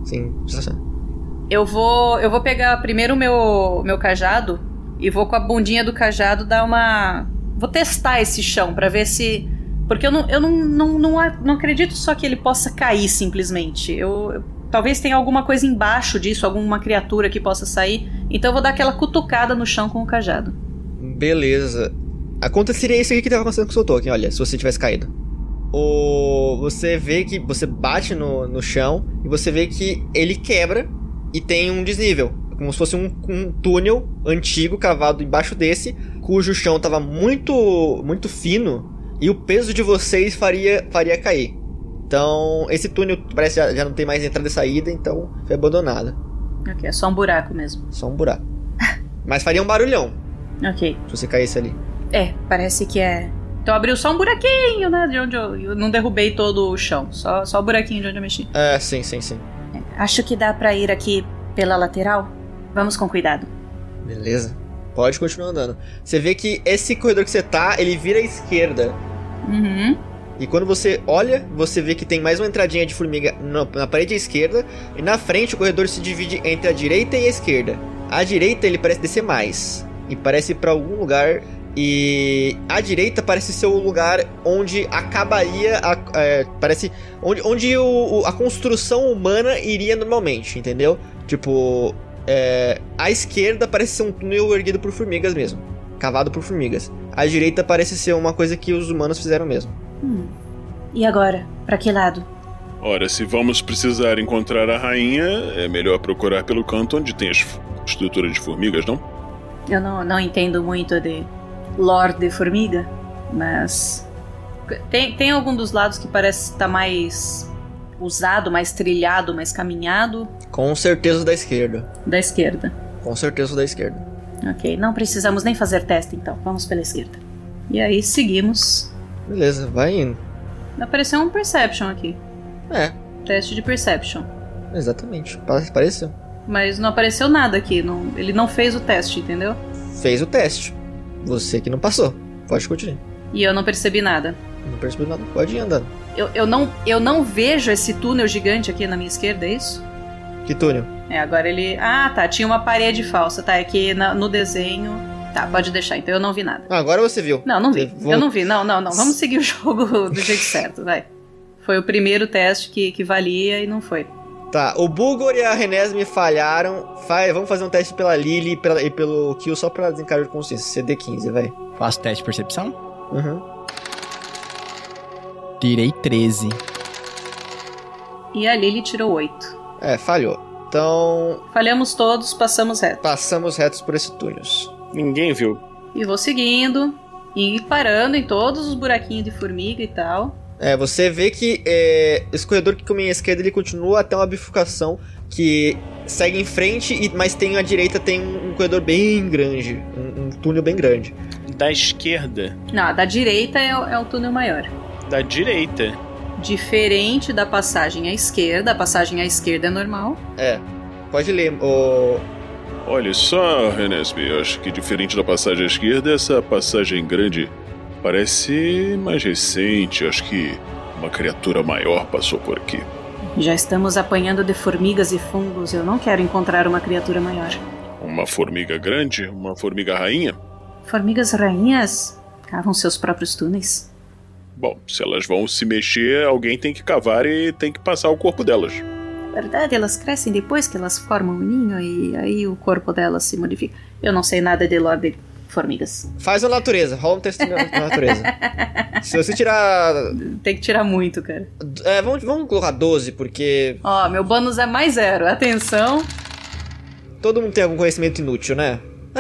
Eu vou pegar primeiro o meu cajado e vou com a bundinha do cajado dar uma... Vou testar esse chão pra ver se... Porque eu não acredito só que ele possa cair simplesmente. Talvez tenha alguma coisa embaixo disso, alguma criatura que possa sair. Então eu vou dar aquela cutucada no chão com o cajado. Beleza. Aconteceria isso aqui que estava acontecendo com o seu token, olha, se você tivesse caído. Você vê que você bate no chão e você vê que ele quebra e tem um desnível. Como se fosse um túnel antigo cavado embaixo desse, cujo chão estava muito, muito fino e o peso de vocês faria cair. Então, esse túnel parece que já não tem mais entrada e saída, então foi abandonado. Ok, é só um buraco mesmo. Só um buraco. Mas faria um barulhão. Ok. Se você caísse ali. Parece que é... Então abriu só um buraquinho, né? De onde eu não derrubei todo o chão. Só o buraquinho de onde eu mexi. Sim. Acho que dá pra ir aqui Pela lateral? Vamos com cuidado. Beleza. Pode continuar andando. Você vê que esse corredor que você tá, ele vira à esquerda. Uhum. E quando você olha, você vê que tem mais uma entradinha de formiga na parede à esquerda. E na frente o corredor se divide entre a direita e a esquerda. A direita ele parece descer mais. E parece ir pra algum lugar. E a direita parece ser o lugar onde acabaria parece onde a construção humana iria normalmente, entendeu? Tipo, a esquerda parece ser um túnel erguido por formigas mesmo, cavado por formigas. A direita parece ser uma coisa que os humanos fizeram mesmo. E agora? Pra que lado? Ora, se vamos precisar encontrar a rainha, é melhor procurar pelo canto onde tem a estrutura de formigas, não? Eu não entendo muito de lore de formiga, mas tem algum dos lados que parece estar mais usado, mais trilhado, mais caminhado? Com certeza da esquerda. Da esquerda. Com certeza da esquerda. Ok, não precisamos nem fazer teste então, vamos pela esquerda. E aí seguimos. Beleza, vai indo. Apareceu um Perception aqui. Teste de Perception. Exatamente, apareceu. Mas não apareceu nada aqui, ele não fez o teste, entendeu? Fez o teste. Você que não passou. Pode continuar. E eu não percebi nada. Não percebi nada. Pode ir andando. Eu não vejo esse túnel gigante aqui na minha esquerda, é isso? Que túnel? Agora ele... Ah, tá. Tinha uma parede falsa, tá? Aqui no desenho... Tá, pode deixar. Então eu não vi nada. Agora você viu. Não vi. Eu não vi. Não. Vamos seguir o jogo do jeito certo, vai. Foi o primeiro teste que valia e não foi. Tá, o Bulgor e a Renesme falharam. Vamos fazer um teste pela Lily e pelo Kill só pra desencargo de consciência. CD 15, vai. Faço teste de percepção? Uhum. Tirei 13. E a Lily tirou 8. Falhou. Então... Falhamos todos, passamos reto. Passamos retos por esse túnel. Ninguém viu. E vou seguindo. E parando em todos os buraquinhos de formiga e tal. Você vê que esse corredor que caminha à esquerda, ele continua até uma bifurcação que segue em frente, mas tem à direita tem um corredor bem grande, um túnel bem grande. Da esquerda? Não, da direita é o túnel maior. Da direita? Diferente da passagem à esquerda. A passagem à esquerda é normal. Pode ler. Olha só, Renesme, eu acho que diferente da passagem à esquerda, essa passagem grande parece mais recente. Acho que uma criatura maior passou por aqui. Já estamos apanhando de formigas e fungos. Eu não quero encontrar uma criatura maior. Uma formiga grande? Uma formiga rainha? Formigas rainhas cavam seus próprios túneis. Bom, se elas vão se mexer, alguém tem que cavar e tem que passar o corpo delas. Na verdade, elas crescem depois que elas formam um ninho e aí o corpo delas se modifica. Eu não sei nada de lore de formigas. Faz a natureza, rola um teste na natureza. Se você tirar... Tem que tirar muito, cara. Vamos colocar 12, porque... Meu bônus é mais 0, atenção. Todo mundo tem algum conhecimento inútil, né?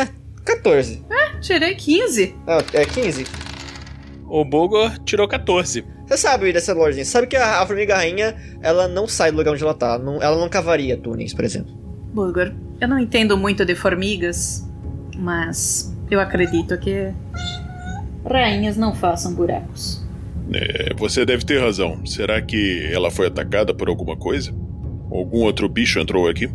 14. Tirei 15. É 15? O Bulgor tirou 14. Você sabe dessa lore, você sabe que a formiga rainha, ela não sai do lugar onde ela tá. Ela não cavaria túneis, por exemplo. Bulgor, eu não entendo muito de formigas, mas eu acredito que rainhas não façam buracos. Você deve ter razão. Será que ela foi atacada por alguma coisa? Algum outro bicho entrou aqui?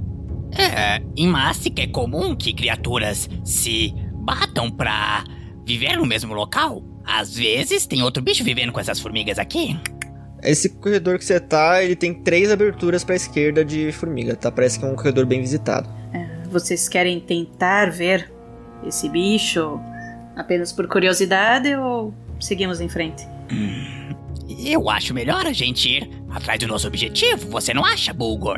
Em Massic é comum que criaturas se batam pra viver no mesmo local. Às vezes tem outro bicho vivendo com essas formigas aqui. Esse corredor que você tá, ele tem 3 aberturas pra esquerda de formiga, tá? Parece que é um corredor bem visitado. Vocês querem tentar ver esse bicho apenas por curiosidade ou seguimos em frente? Eu acho melhor a gente ir atrás do nosso objetivo, você não acha, Bulgor?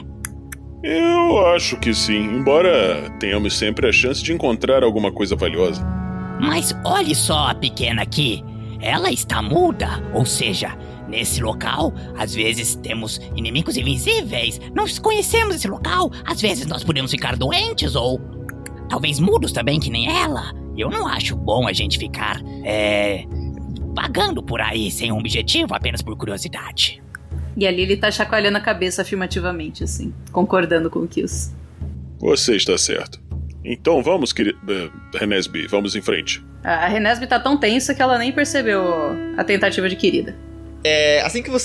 Eu acho que sim, embora tenhamos sempre a chance de encontrar alguma coisa valiosa. Mas olhe só a pequena aqui. Ela está muda, ou seja, nesse local, às vezes temos inimigos invisíveis. Nós conhecemos esse local. Às vezes nós podemos ficar doentes ou talvez mudos também, que nem ela. Eu não acho bom a gente ficar vagando por aí sem um objetivo, apenas por curiosidade. E a Lily tá chacoalhando a cabeça afirmativamente, assim, concordando com o Kills. Você está certo. Então vamos, Renesme, vamos em frente. A Renesme tá tão tensa que ela nem percebeu a tentativa de querida. Assim que vocês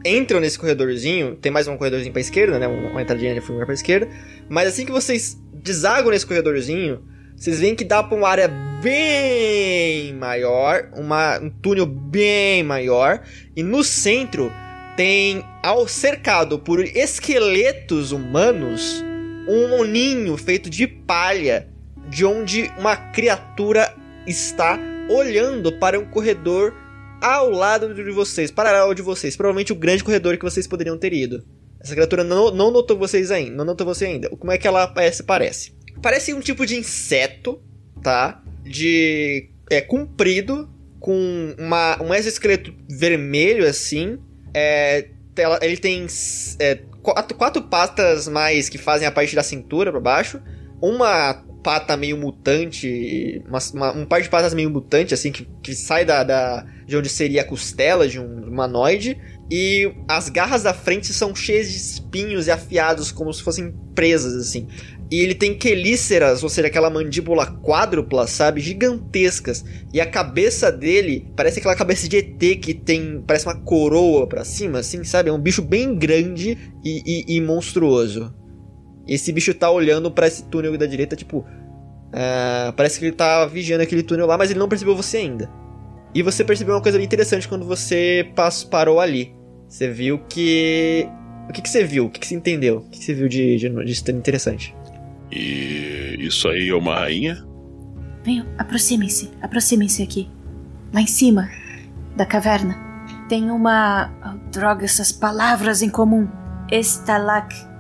entram nesse corredorzinho, tem mais um corredorzinho pra esquerda, né? Uma entradinha de formiga pra esquerda. Mas assim que vocês desagam nesse corredorzinho, vocês veem que dá pra uma área bem maior, um túnel bem maior. E no centro tem, cercado por esqueletos humanos, um ninho feito de palha, de onde uma criatura está olhando para um corredor ao lado de vocês, paralelo de vocês. Provavelmente o grande corredor que vocês poderiam ter ido. Essa criatura não notou você ainda. Como é que ela parece? Parece um tipo de inseto, tá? Comprido, com um exoesqueleto vermelho, assim. Ele tem 4 patas mais que fazem a parte da cintura pra baixo. Uma pata meio mutante, um par de patas meio mutante, assim, que sai de onde seria a costela de um humanoide. E as garras da frente são cheias de espinhos e afiados, como se fossem presas, assim. E ele tem quelíceras, ou seja, aquela mandíbula quádrupla, sabe? Gigantescas. E a cabeça dele parece aquela cabeça de ET que parece uma coroa pra cima, assim, sabe? É um bicho bem grande e monstruoso. Esse bicho tá olhando pra esse túnel da direita, tipo... parece que ele tá vigiando aquele túnel lá, mas ele não percebeu você ainda. E você percebeu uma coisa bem interessante quando você parou ali. Você viu que... O que você viu? O que você entendeu? O que você viu de interessante? E isso aí é uma rainha? Venham, aproximem-se aqui. Lá em cima da caverna tem uma... droga, essas palavras em comum. Estalactite.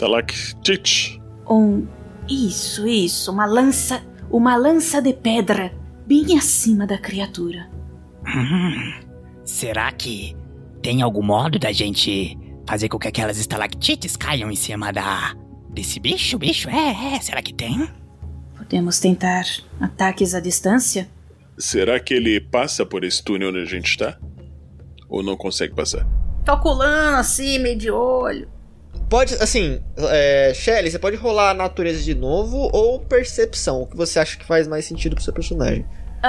Isso, uma lança de pedra bem acima da criatura. Será que tem algum modo da gente fazer com que aquelas estalactites caiam em cima desse bicho? Será que tem? Podemos tentar ataques à distância? Será que ele passa por esse túnel onde a gente está? Ou não consegue passar? Tô colando assim, meio de olho. Pode, assim, Shelly, você pode rolar a natureza de novo ou percepção, o que você acha que faz mais sentido pro seu personagem.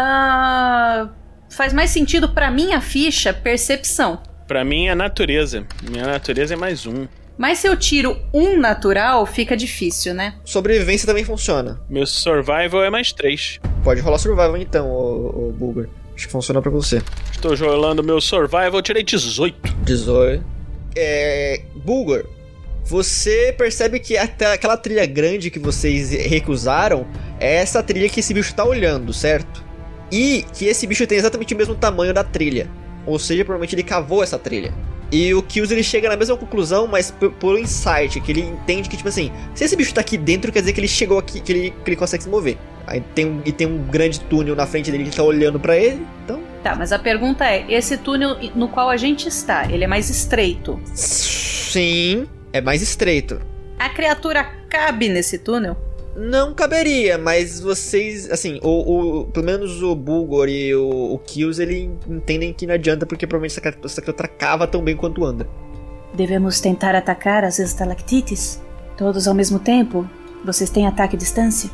Faz mais sentido pra minha ficha, percepção. Pra mim é natureza. Minha natureza é mais 1. Mas se eu tiro 1 natural, fica difícil, né? Sobrevivência também funciona. Meu survival é mais 3. Pode rolar survival então, ô Bulgur. Acho que funciona pra você. Estou rolando meu survival, eu tirei 18. 18. Bulgur, você percebe que até aquela trilha grande que vocês recusaram é essa trilha que esse bicho tá olhando, certo? E que esse bicho tem exatamente o mesmo tamanho da trilha. Ou seja, provavelmente ele cavou essa trilha. E o Kills, ele chega na mesma conclusão, mas por insight, que ele entende que, tipo assim, se esse bicho tá aqui dentro, quer dizer que ele chegou aqui, que ele consegue se mover. Aí tem um grande túnel na frente dele que tá olhando pra ele, então... Tá, mas a pergunta é, esse túnel no qual a gente está, ele é mais estreito? Sim, é mais estreito. A criatura cabe nesse túnel? Não caberia, mas vocês, assim, pelo menos o Bulgur e o Kills, eles entendem que não adianta, porque provavelmente essa criatura cava tão bem quanto anda. Devemos tentar atacar as estalactites? Todos ao mesmo tempo? Vocês têm ataque à distância?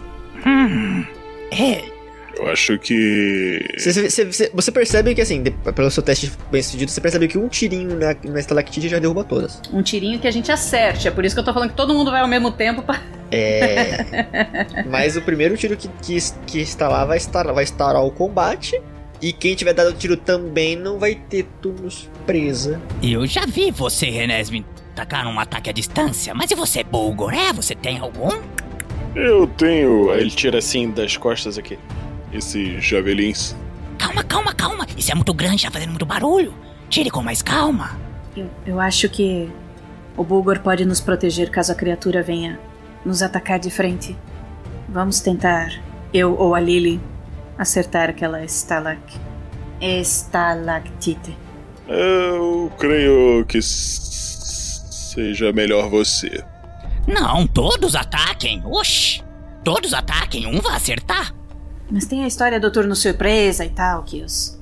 Eu acho que... Você percebe que, assim, pelo seu teste bem sucedido, você percebe que um tirinho na estalactite já derruba todas. Um tirinho que a gente acerte, é por isso que eu tô falando que todo mundo vai ao mesmo tempo pra... Mas o primeiro tiro que está lá vai estourar o combate. E quem tiver dado o tiro também não vai ter turno surpresa. Eu já vi você, Renesme, tacar um ataque à distância. Mas e você, Bulgur? Você tem algum? Eu tenho... Ele tira assim das costas aqui. Esses javelins. Calma. Isso é muito grande, tá fazendo muito barulho. Tire com mais calma. Eu acho que o Bulgur pode nos proteger caso a criatura venha nos atacar de frente. Vamos tentar, eu ou a Lily, acertar aquela estalactite. Eu creio que seja melhor você. Não, todos ataquem. Oxi, todos ataquem, um vai acertar. Mas tem a história do turno surpresa e tal, Kills.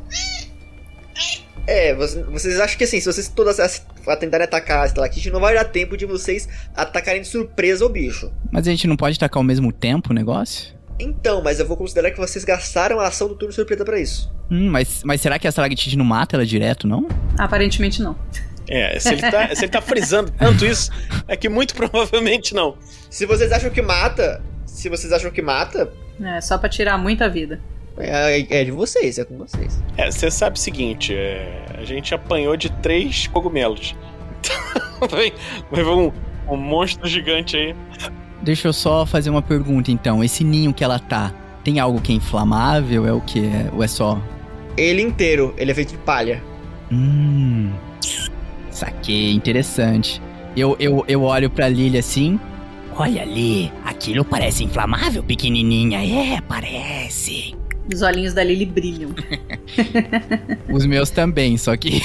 Vocês acham que assim, se vocês todas tentarem atacar a estalactite, não vai dar tempo de vocês atacarem de surpresa o bicho. Mas a gente não pode atacar ao mesmo tempo o negócio? Então, mas eu vou considerar que vocês gastaram a ação do turno surpresa pra isso. Mas será que a estalactite não mata ela direto, não? Aparentemente não. Se ele tá frisando tanto isso, é que muito provavelmente não. Se vocês acham que mata... É só pra tirar muita vida. É de vocês, é com vocês. Você sabe o seguinte, a gente apanhou de 3 cogumelos. Então, vai um monstro gigante aí. Deixa eu só fazer uma pergunta, então. Esse ninho que ela tá, tem algo que é inflamável? É o que? Ou é só... Ele inteiro, ele é feito de palha. Saquei, interessante. Eu olho pra Lily assim. Olha ali, aquilo parece inflamável, pequenininha. Parece. Os olhinhos da Lily brilham. Os meus também, só que...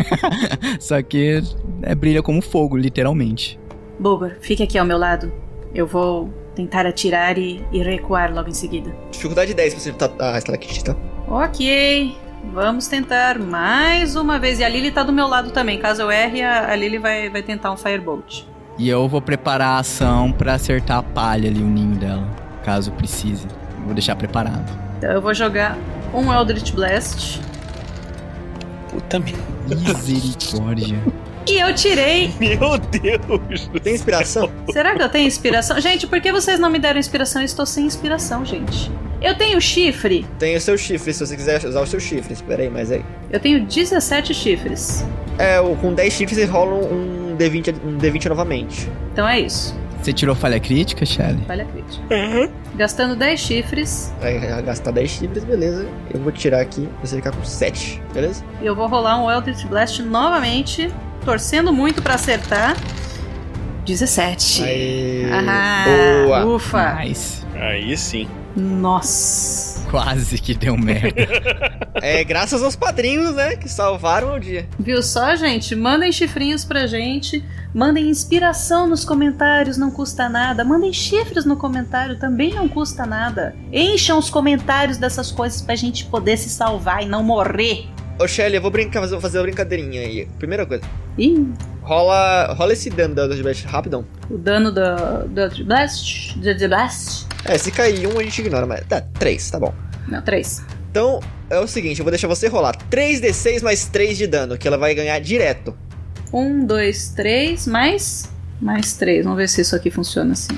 brilha como fogo, literalmente. Bulgur, fique aqui ao meu lado. Eu vou tentar atirar e recuar logo em seguida. Dificuldade 10 pra acertar a Stalactite, tá? Ok, vamos tentar mais uma vez. E a Lily tá do meu lado também. Caso eu erre, a Lily vai tentar um Firebolt. E eu vou preparar a ação pra acertar a palha ali, o ninho dela, caso precise. Vou deixar preparado. Então eu vou jogar um Eldritch Blast. Puta merda. Misericórdia. E eu tirei... Meu Deus. Tem inspiração? Será que eu tenho inspiração? Gente, por que vocês não me deram inspiração? Eu estou sem inspiração, gente. Eu tenho chifre. Tem o seu chifre, se você quiser usar o seu chifre. Espera aí, mas aí. Eu tenho 17 chifres. Com 10 chifres eles rolam um D20 novamente. Então é isso. Você tirou falha crítica, Shelly? Falha crítica. Gastando 10 chifres. Vai gastar 10 chifres, beleza. Eu vou tirar aqui pra você ficar com 7, beleza? E eu vou rolar um Eldritch Blast novamente, torcendo muito pra acertar. 17. Aê. Boa. Ufa. Nice. Aí sim. Nossa. Quase que deu merda. Graças aos padrinhos, né, que salvaram o dia. Viu só, gente? Mandem chifrinhos pra gente. Mandem inspiração nos comentários, não custa nada. Mandem chifres no comentário, também não custa nada. Encham os comentários dessas coisas pra gente poder se salvar e não morrer. Ô, Shelly, eu vou fazer uma brincadeirinha aí. Primeira coisa. Ih. Rola esse dano do Eldritch Blast rapidão. O dano do Eldritch Blast? Se cair 1 a gente ignora, mas... 3, tá bom. Não, 3. Então, é o seguinte, eu vou deixar você rolar 3d6 mais 3 de dano, que ela vai ganhar direto. 1, 2, 3, mais 3. Vamos ver se isso aqui funciona assim.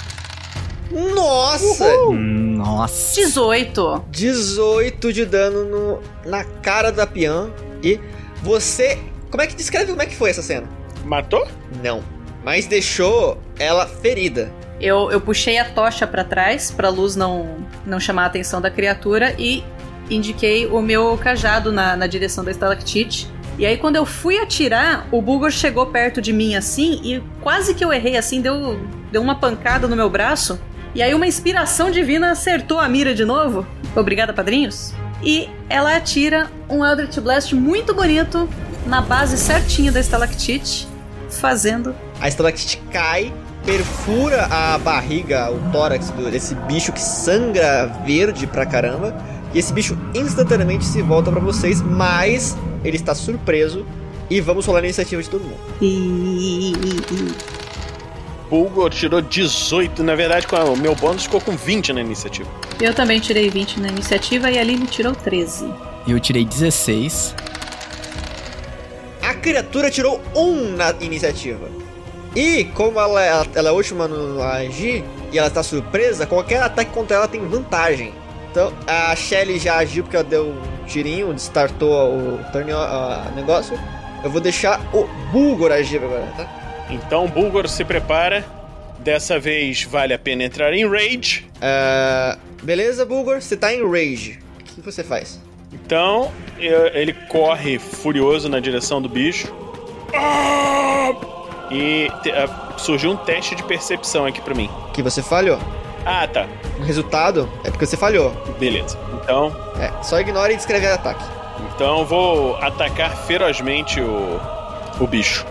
Nossa! Nossa! 18. 18 de dano na cara da Pian. E você... Descreve como é que foi essa cena? Matou? Não. Mas deixou ela ferida. Eu puxei a tocha pra trás, pra luz não chamar a atenção da criatura, e indiquei o meu cajado na direção da estalactite. E aí, quando eu fui atirar, o Bulgur chegou perto de mim assim, e quase que eu errei assim, deu uma pancada no meu braço. E aí, uma inspiração divina acertou a mira de novo. Obrigada, padrinhos. E ela atira um Eldritch Blast muito bonito na base certinha da estalactite, fazendo... A estalactite cai, perfura a barriga, o tórax desse bicho que sangra verde pra caramba, e esse bicho instantaneamente se volta pra vocês, mas ele está surpreso, e vamos rolar a iniciativa de todo mundo. Bulgur tirou 18, na verdade o meu bônus ficou com 20 na iniciativa. Eu também tirei 20 na iniciativa e a Lily tirou 13. Eu tirei 16. A criatura tirou 1 na iniciativa. E como ela é a última a agir, e ela está surpresa, qualquer ataque contra ela tem vantagem. Então a Shelly já agiu porque ela deu um tirinho, startou o negócio. Eu vou deixar o Bulgur agir agora, tá? Então Bulgur se prepara. Dessa vez vale a pena entrar em Rage. Beleza, Bulgur, você tá em Rage. O que você faz? Então, ele corre furioso na direção do bicho. E surgiu um teste de percepção aqui pra mim. Que você falhou. Ah, tá. O resultado é porque você falhou. Beleza. Então... só ignore e descreve o ataque. Então eu vou atacar ferozmente o bicho.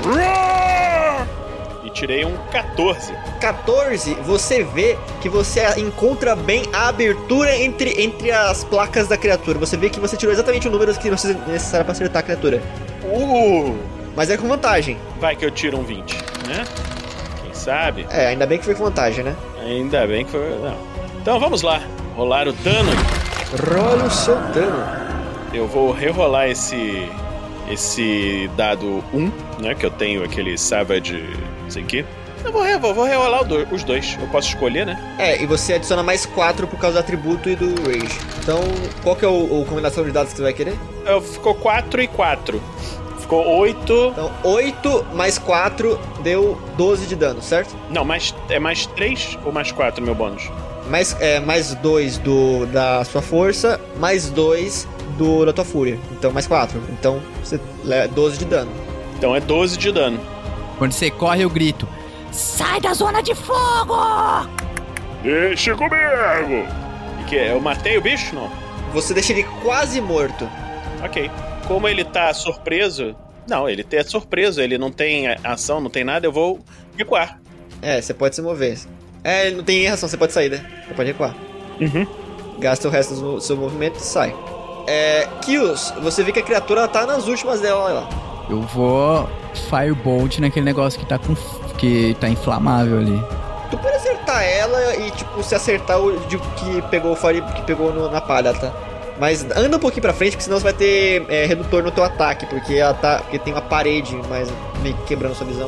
E tirei um 14. 14, você vê que você encontra bem a abertura entre as placas da criatura. Você vê que você tirou exatamente o número que você necessário pra acertar a criatura. Mas é com vantagem. Vai que eu tiro um 20, né? Quem sabe? Ainda bem que foi com vantagem, né? Ainda bem que foi... Não. Então vamos lá. Rolar o dano. Rola o seu dano. Eu vou rerolar esse esse dado 1, né? Que eu tenho aquele Savage, não sei o que. Eu vou rerolar os dois. Eu posso escolher, né? E você adiciona mais 4 por causa do atributo e do Rage. Então, qual que é a combinação de dados que você vai querer? Ficou 4 e 4. Ficou 8. Então, 8 mais 4 deu 12 de dano, certo? Não, é mais 3 ou mais 4 meu bônus? Mais 2 da sua força, mais 2 da tua fúria. Então, mais 4. Então, você 12 de dano. Então, é 12 de dano. Quando você corre, eu grito: sai da zona de fogo! Deixa comigo! E que eu matei o bicho, não? Você deixa ele quase morto. Ok. Como ele tá surpreso... Não, ele é surpreso, ele não tem ação, não tem nada, eu vou recuar. Você pode se mover. Ele não tem reação, você pode sair, né? Você pode recuar. Uhum. Gasta o resto do seu movimento e sai. Kios, você vê que a criatura tá nas últimas dela, olha lá. Eu vou Firebolt naquele negócio que tá inflamável ali. Tu pode acertar ela e, tipo, se acertar o que pegou na palha, tá? Mas anda um pouquinho pra frente, porque senão você vai ter redutor no teu ataque, porque tem uma parede mais meio que quebrando sua visão.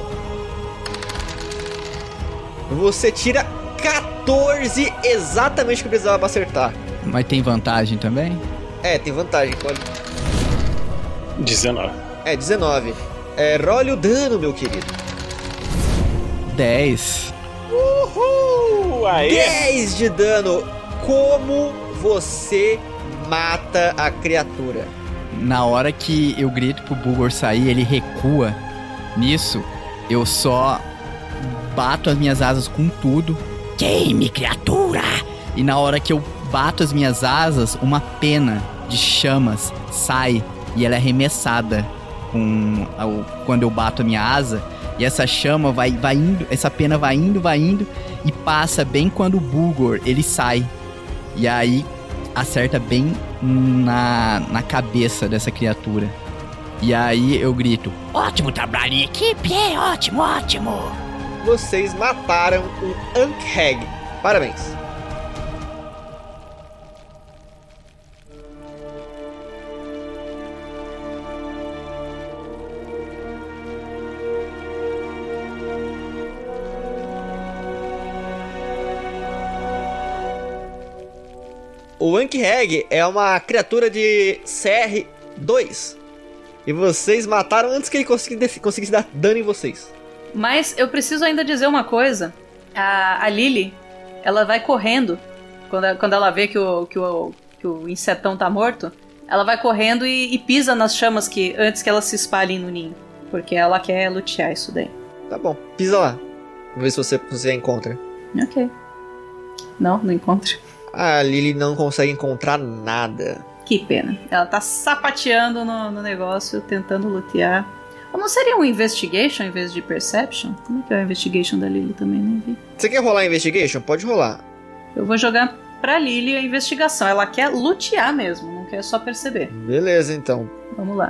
Você tira 14, exatamente o que precisava pra acertar. Mas tem vantagem também? Tem vantagem, pode. 19. 19. Role o dano, meu querido. 10. Uhul! Aê! 10 de dano. Como você mata a criatura? Na hora que eu grito pro Bulgor sair, ele recua. Nisso, eu só bato as minhas asas com tudo. Queime, criatura! E na hora que eu bato as minhas asas, uma pena de chamas sai e ela é arremessada quando eu bato a minha asa. E essa chama vai indo, essa pena vai indo e passa bem quando o Bulgor ele sai. E aí acerta bem na cabeça dessa criatura. E aí eu grito: ótimo trabalho em equipe, ótimo, ótimo! Vocês mataram um Ankheg. Parabéns. O Ankheg é uma criatura de CR2. E vocês mataram antes que ele conseguisse dar dano em vocês. Mas eu preciso ainda dizer uma coisa. A Lily, ela vai correndo. Quando ela vê que o insetão tá morto, ela vai correndo e pisa nas chamas antes que elas se espalhem no ninho. Porque ela quer lutear isso daí. Tá bom, pisa lá. Vamos ver se você a encontra. Ok. Não encontra. A Lily não consegue encontrar nada. Que pena. Ela tá sapateando no negócio, tentando lutear. Ou não seria um investigation em vez de perception? Como é que é o investigation da Lily também? Nem vi. Você quer rolar investigation? Pode rolar. Eu vou jogar pra Lily a investigação. Ela quer lutear mesmo, não quer só perceber. Beleza, então. Vamos lá.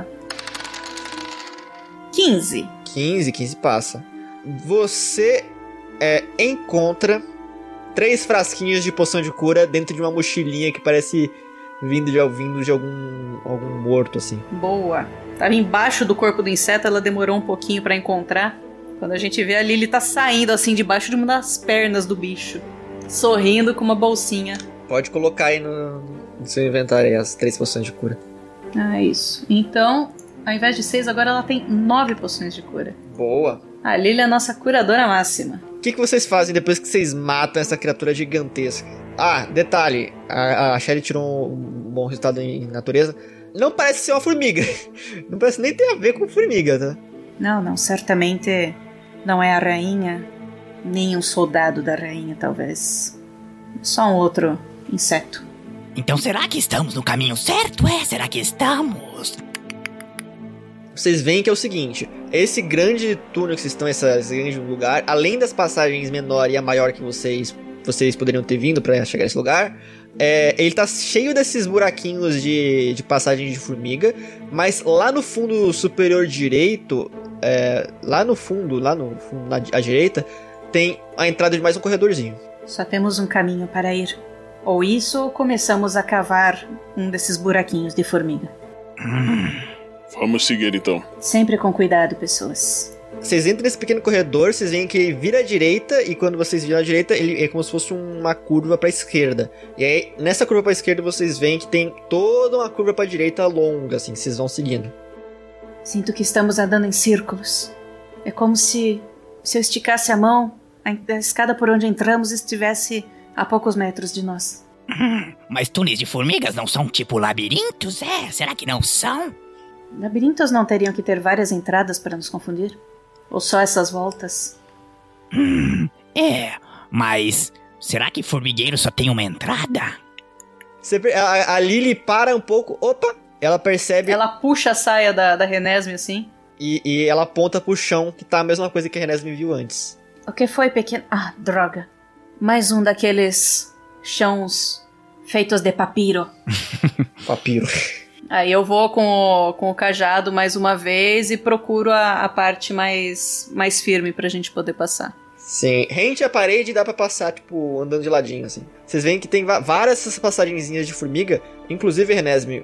15 passa. Você encontra 3 frasquinhos de poção de cura dentro de uma mochilinha que parece vindo de algum morto, assim. Boa. Tava embaixo do corpo do inseto, ela demorou um pouquinho pra encontrar. Quando a gente vê, a Lily tá saindo assim debaixo de uma das pernas do bicho, sorrindo com uma bolsinha. Pode colocar aí no seu inventário aí as 3 poções de cura. Isso. Então, ao invés de 6, agora ela tem 9 poções de cura. Boa. A Lily é a nossa curadora máxima. O que vocês fazem depois que vocês matam essa criatura gigantesca? Detalhe, a Shelly tirou um bom resultado em natureza. Não parece ser uma formiga. Não parece nem ter a ver com formiga, tá? Não, certamente não é a rainha, nem um soldado da rainha, talvez. Só um outro inseto. Então será que estamos no caminho certo? Será que estamos? Vocês veem que é o seguinte: esse grande túnel que vocês estão, esse grande lugar, além das passagens menor e a maior que vocês poderiam ter vindo pra chegar a esse lugar, ele tá cheio desses buraquinhos de passagem de formiga, mas lá no fundo superior direito, lá no fundo, à direita, tem a entrada de mais um corredorzinho. Só temos um caminho para ir. Ou isso, ou começamos a cavar um desses buraquinhos de formiga. Vamos seguir então. Sempre com cuidado, pessoas. Vocês entram nesse pequeno corredor, vocês veem que ele vira à direita, e quando vocês viram à direita, ele é como se fosse uma curva pra esquerda. E aí, nessa curva pra esquerda, vocês veem que tem toda uma curva pra direita longa, assim, que vocês vão seguindo. Sinto que estamos andando em círculos. É como se eu esticasse a mão, a escada por onde entramos estivesse a poucos metros de nós. Mas túneis de formigas não são tipo labirintos, é? Será que não são? Labirintos não teriam que ter várias entradas para nos confundir? Ou só essas voltas? Mas será que formigueiro só tem uma entrada? A Lily para um pouco, opa, ela percebe... Ela puxa a saia da Renesme assim. E ela aponta pro chão, que tá a mesma coisa que a Renesme viu antes. O que foi, pequeno? Ah, droga. Mais um daqueles chãos feitos de papiro. Papiro. Aí eu vou com o cajado mais uma vez e procuro a parte mais firme pra gente poder passar. Sim, rente a parede dá pra passar, tipo, andando de ladinho, assim. Vocês veem que tem várias essas passagenzinhas de formiga, inclusive, Renesme,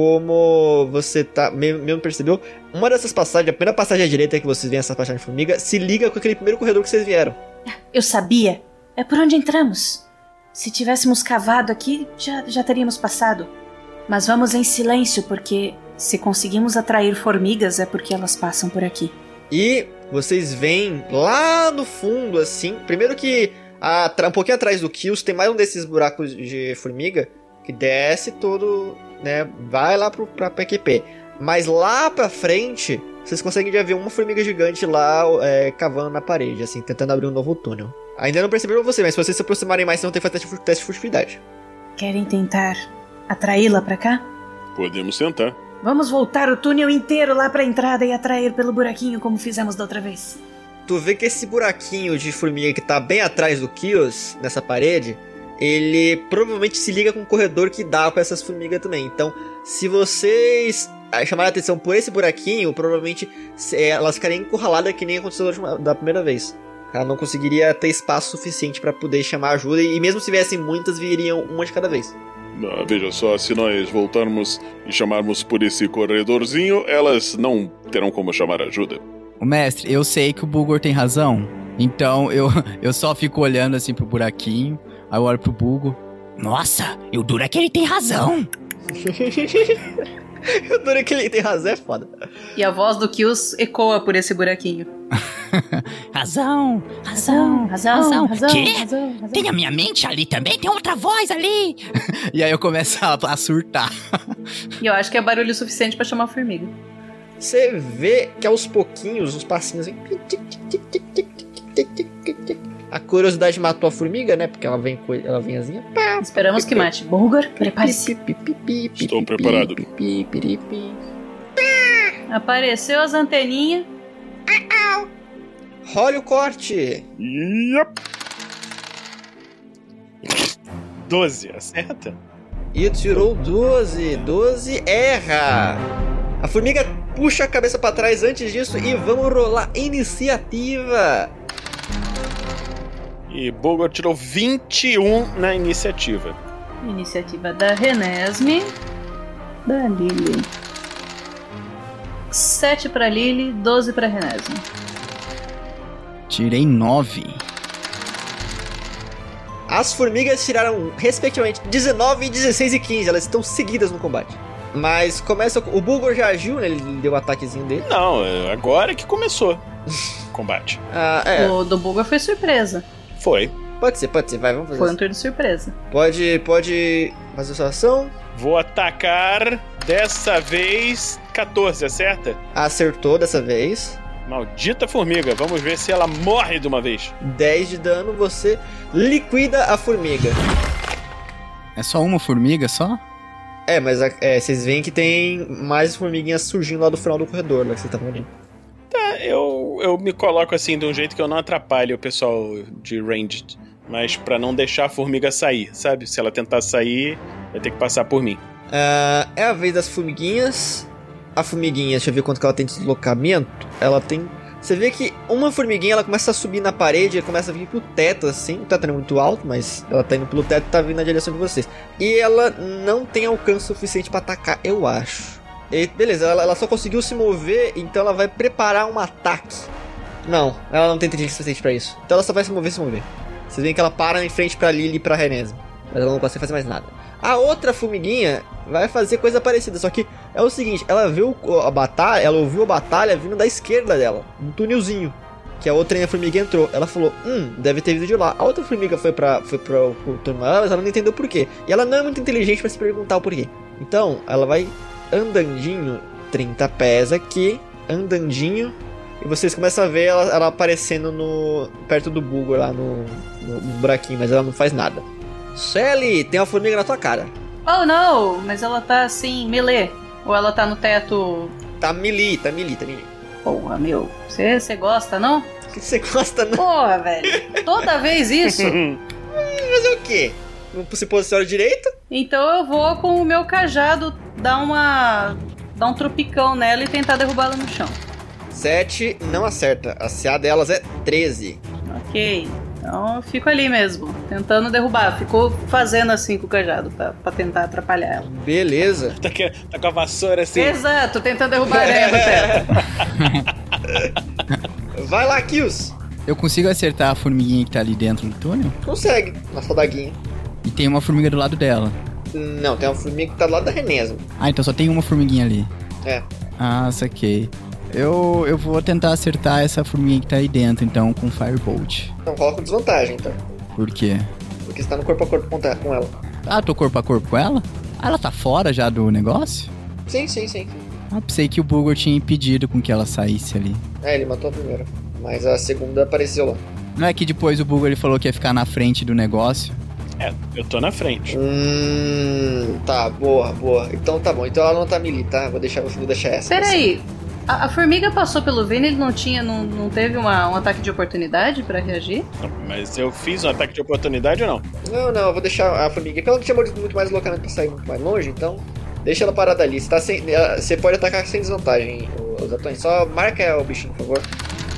como você tá mesmo percebeu, uma dessas passagens, a primeira passagem à direita que vocês veem essa passagem de formiga, se liga com aquele primeiro corredor que vocês vieram. Eu sabia. É por onde entramos. Se tivéssemos cavado aqui, já teríamos passado. Mas vamos em silêncio, porque se conseguimos atrair formigas é porque elas passam por aqui. E vocês veem lá no fundo, assim, primeiro que um pouquinho atrás do Kills tem mais um desses buracos de formiga que desce todo, né, vai lá pra PQP. Mas lá pra frente, vocês conseguem já ver uma formiga gigante lá cavando na parede, assim, tentando abrir um novo túnel. Ainda não perceberam você, mas se vocês se aproximarem mais, vocês vão ter que fazer teste de furtividade. Querem tentar atraí-la pra cá? Podemos tentar. Vamos voltar o túnel inteiro lá pra entrada e atrair pelo buraquinho como fizemos da outra vez. Tu vê que esse buraquinho de formiga que tá bem atrás do Kills, nessa parede, ele provavelmente se liga com um corredor que dá pra essas formigas também. Então, se vocês chamarem a atenção por esse buraquinho, provavelmente elas ficariam encurraladas que nem aconteceu da primeira vez. Ela não conseguiria ter espaço suficiente pra poder chamar ajuda, e mesmo se tivessem muitas, viriam uma de cada vez. Veja só, se nós voltarmos e chamarmos por esse corredorzinho, elas não terão como chamar ajuda. O mestre, eu sei que o Bulgor tem razão, então eu só fico olhando assim pro buraquinho, aí eu olho pro Bulgor. Nossa, e o duro é que ele tem razão. O duro é que ele tem razão, é foda. E a voz do Kills ecoa por esse buraquinho. Razão. Quê? Tem a minha mente ali também? Tem outra voz ali. E aí eu começo a surtar. E eu acho que é barulho suficiente pra chamar a formiga. Você vê que aos pouquinhos, os passinhos assim... A curiosidade matou a formiga, né? Porque ela vem assim... Esperamos que mate. Bulgor, prepare-se. Estou preparado. Apareceu as anteninhas. Role o corte. Yep. 12, acerta? E tirou 12. 12 erra. A formiga puxa a cabeça pra trás antes disso e vamos rolar iniciativa. E Bulgor tirou 21 na iniciativa. Iniciativa da Renesme. Da Lily. 7 pra Lily, 12 pra Renesme. Tirei 9. As formigas tiraram, respectivamente, 19, 16 e 15. Elas estão seguidas no combate. Mas começa... O Bulgor já agiu, né? Ele deu o ataquezinho dele. Não, agora que começou o combate. O do Bulgor foi surpresa. Foi. Pode ser. Vai, vamos fazer Foi um turno de surpresa. Pode fazer sua ação. Vou atacar dessa vez 14, acerta? Acertou dessa vez. Maldita formiga, vamos ver se ela morre de uma vez. 10 de dano, você liquida a formiga. É só uma formiga, só? Mas vocês veem que tem mais formiguinhas surgindo lá do final do corredor, lá que vocês estavam ali. Tá, eu me coloco assim de um jeito que eu não atrapalhe o pessoal de ranged. Mas pra não deixar a formiga sair, sabe? Se ela tentar sair, vai ter que passar por mim. É a vez das formiguinhas. A formiguinha, deixa eu ver quanto que ela tem de deslocamento. Ela tem... Você vê que uma formiguinha, ela começa a subir na parede, ela começa a vir pro teto, assim. O teto não é muito alto, mas ela tá indo pelo teto e tá vindo na direção de vocês. E ela não tem alcance suficiente pra atacar, eu acho. E, beleza, ela só conseguiu se mover, então ela vai preparar um ataque. Não, ela não tem inteligência suficiente pra isso. Então ela só vai se mover. Vocês veem que ela para em frente pra Lily e pra Renesme. Mas ela não consegue fazer mais nada. A outra formiguinha vai fazer coisa parecida, só que é o seguinte, ela viu a batalha, ela ouviu a batalha vindo da esquerda dela, um túnelzinho, que a outra formiga entrou. Ela falou, deve ter vindo de lá. A outra formiga foi pro turno, mas ela não entendeu por quê. E ela não é muito inteligente pra se perguntar o porquê. Então, ela vai andandinho, 30 pés aqui, andandinho, e vocês começam a ver ela aparecendo perto do Bulgor lá no buraquinho, mas ela não faz nada. Shelly, tem uma formiga na tua cara. Oh não, mas ela tá assim, melee. Ou ela tá no teto... Tá melee. Porra, meu, você gosta, não? O que você gosta, não? Porra, velho, toda vez isso. Fazer o quê? Não se posiciona direito? Então eu vou com o meu cajado dar um tropicão nela e tentar derrubá-la no chão. 7 não acerta, a CA delas é 13. Ok, então eu fico ali mesmo, tentando derrubar. Ficou fazendo assim com o cajado pra tentar atrapalhar ela. Beleza. Tá com a vassoura assim. Exato, tentando derrubar a areia do teto. Vai lá, Kills. Eu consigo acertar a formiguinha que tá ali dentro do túnel? Consegue, na saudaguinha. E tem uma formiga do lado dela. Não, tem uma formiga que tá do lado da Renesme. Ah, então só tem uma formiguinha ali. É. Ah, saquei. Eu vou tentar acertar essa formiguinha que tá aí dentro, então, com Firebolt. Então coloca desvantagem, então. Por quê? Porque você tá no corpo a corpo com ela. Ah, tô corpo a corpo com ela? Ah, ela tá fora já do negócio? Sim. Ah, pensei que o Bulgor tinha impedido com que ela saísse ali. É, ele matou a primeira. Mas a segunda apareceu lá. Não é que depois o Bulgor ele falou que ia ficar na frente do negócio? É, eu tô na frente. Tá, boa. Então tá bom, então ela não tá melee, tá? Vou deixar essa. Peraí, a formiga passou pelo Vini, ele não teve um ataque de oportunidade pra reagir? Mas eu fiz um ataque de oportunidade ou não? Não, eu vou deixar a formiga, porque ela não tinha mordido muito mais deslocamento pra sair muito mais longe, então deixa ela parada ali. Você pode atacar sem desvantagem, os atões. Só marca o bichinho, por favor.